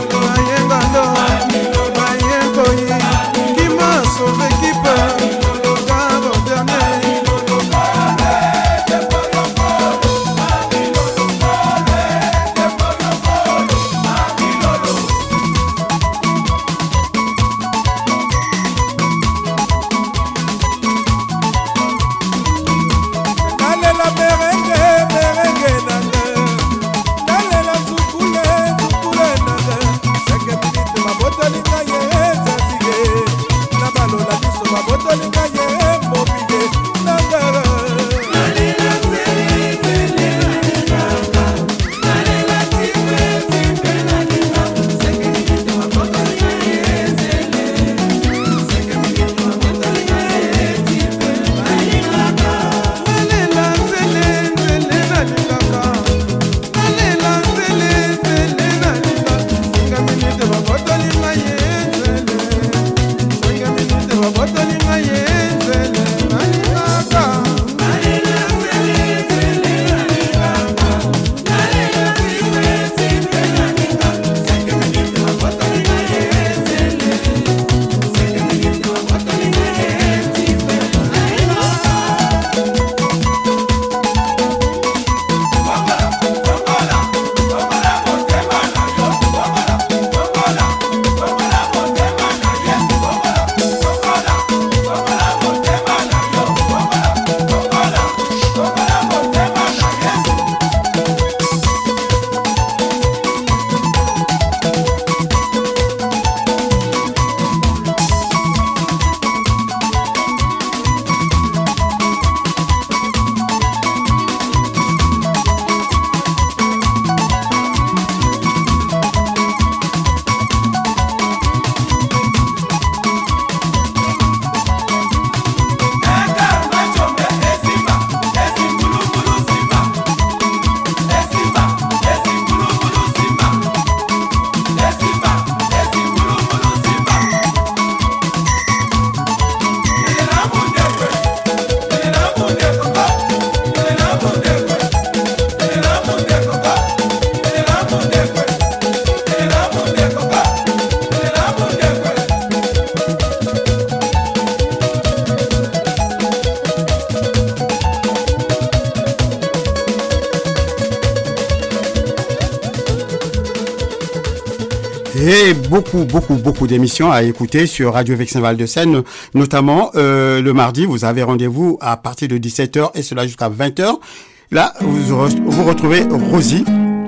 Et beaucoup d'émissions à écouter sur Radio Vexin Val de Seine, notamment le mardi, vous avez rendez-vous à partir de 17h et cela jusqu'à 20h. Là, vous retrouvez Rosie.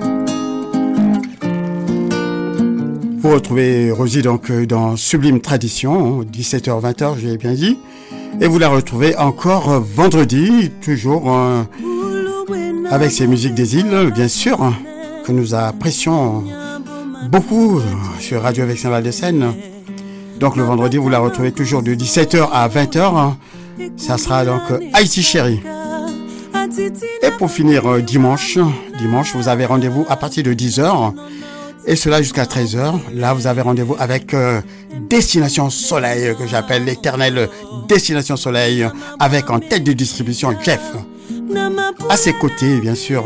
Vous retrouvez Rosie donc dans Sublime Tradition, 17h, 20h, j'ai bien dit. Et vous la retrouvez encore vendredi, toujours avec ses musiques des îles, bien sûr, que nous apprécions beaucoup sur Radio Vexin Val de Seine. Donc le vendredi, vous la retrouvez toujours de 17h à 20h. Ça sera donc Haïti Chérie. Et pour finir, dimanche, vous avez rendez-vous à partir de 10h. Et cela jusqu'à 13h. Là, vous avez rendez-vous avec Destination Soleil, que j'appelle l'éternelle Destination Soleil, avec en tête de distribution Jeff. À ses côtés, bien sûr,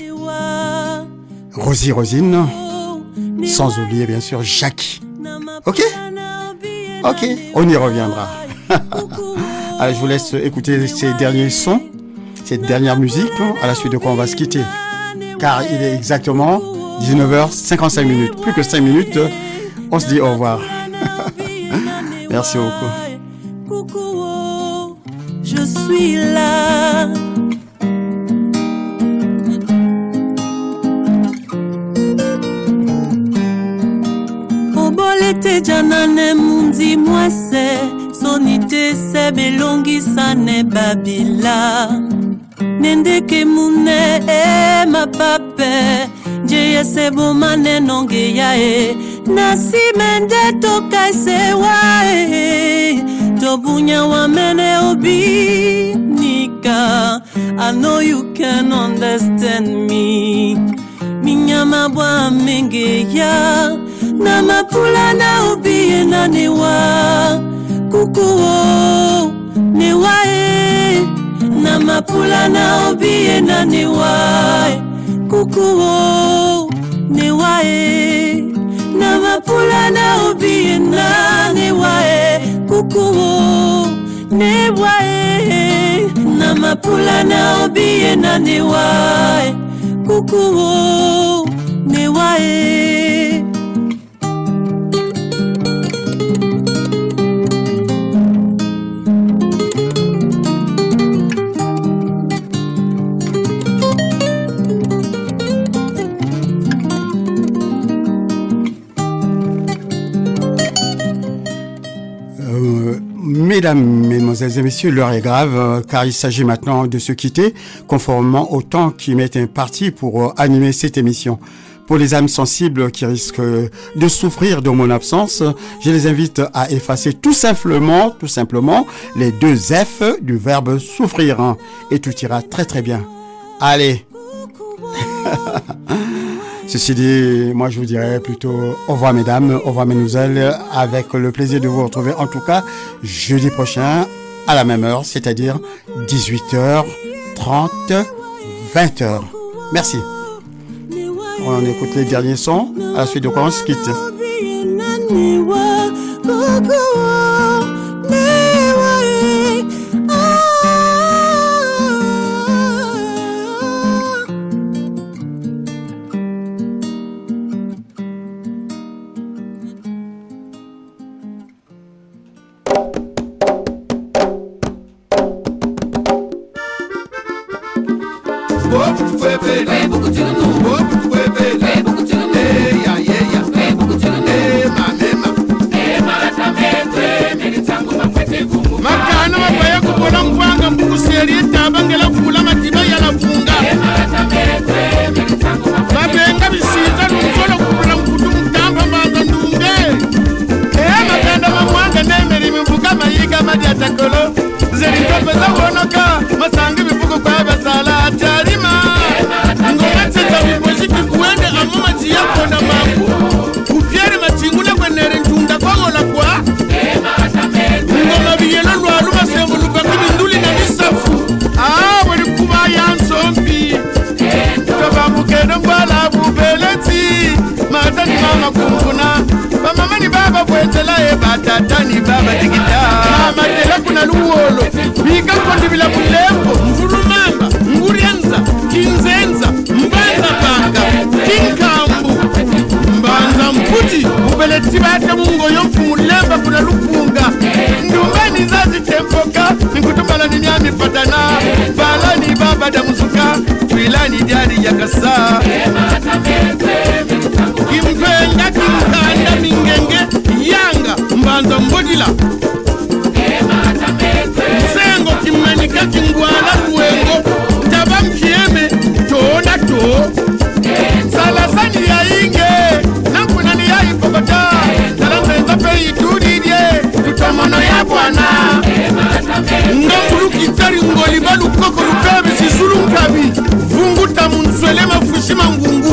Rosine. Sans oublier, bien sûr, Jackie. Ok, on y reviendra. Allez, je vous laisse écouter ces derniers sons, cette dernière musique, à la suite de quoi on va se quitter. Car il est exactement 19h55 minutes. Plus que 5 minutes, on se dit au revoir. Merci beaucoup. Coucou, je suis là. Obolete janane mundi mwase, sonite se belongi sane babila. Nendeke mune ma pape, jeye se bomane nonge yae. Nasi mende toka se wae, tobunya wa mene obi nika. I know you can understand me. Minyama bwa menge ya, na mapula na obi na newa. Kuku o newa na mapula na obi obiena newae kukuo newae na mapula na obiena newae kukuo newae na mapula na obiena newae kukuo newae. Mesdames, Mesdemoiselles et Messieurs, l'heure est grave car il s'agit maintenant de se quitter conformément au temps qui m'est imparti pour animer cette émission. Pour les âmes sensibles qui risquent de souffrir de mon absence, je les invite à effacer tout simplement les deux F du verbe souffrir et tout ira très très bien. Allez. Ceci dit, moi je vous dirais plutôt au revoir mesdames, au revoir mesdemoiselles, avec le plaisir de vous retrouver en tout cas jeudi prochain à la même heure, c'est-à-dire 18h30, 20h. Merci. On écoute les derniers sons, à la suite de quoi on se quitte. Tatani baba digita mama tela kuna luolo bika kondibila bulembo mvulumamba ngurianza kinzenza mbanza banga kinkambu mbanza mputi ubeleti bata mungo yomfu mulemba kuna lupunga ndumbani zazi tempoka nkutumala ni nyami patana balani baba da musuka filani diari yakasa kimpenga kimkanda mingenge yanga mbanza mbodila msengo kimenika kingwala kuengo taba mkieme toona to salasani ya inge nakunani ya ipokota salambenza pe itudidye tutomono ya bwana ngambulu kitari ngoli balu koko lukabe sisulu mkabi vungu tamunswele mafushima ngungu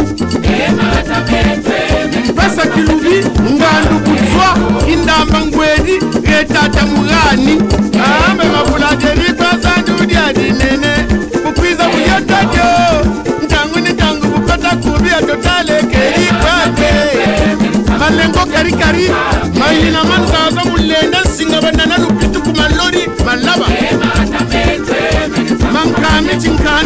pasa kilubi ngandu kutswa indamba ngwedi retata mugani ambe mafulajeri pasandudi adinene bukwiza buyotajo ntangu ni tangu bukata kubi atotale keripate malengo karikari mayina manzaza mulenda singa banana lupitu kumalori malaba mankami chinkani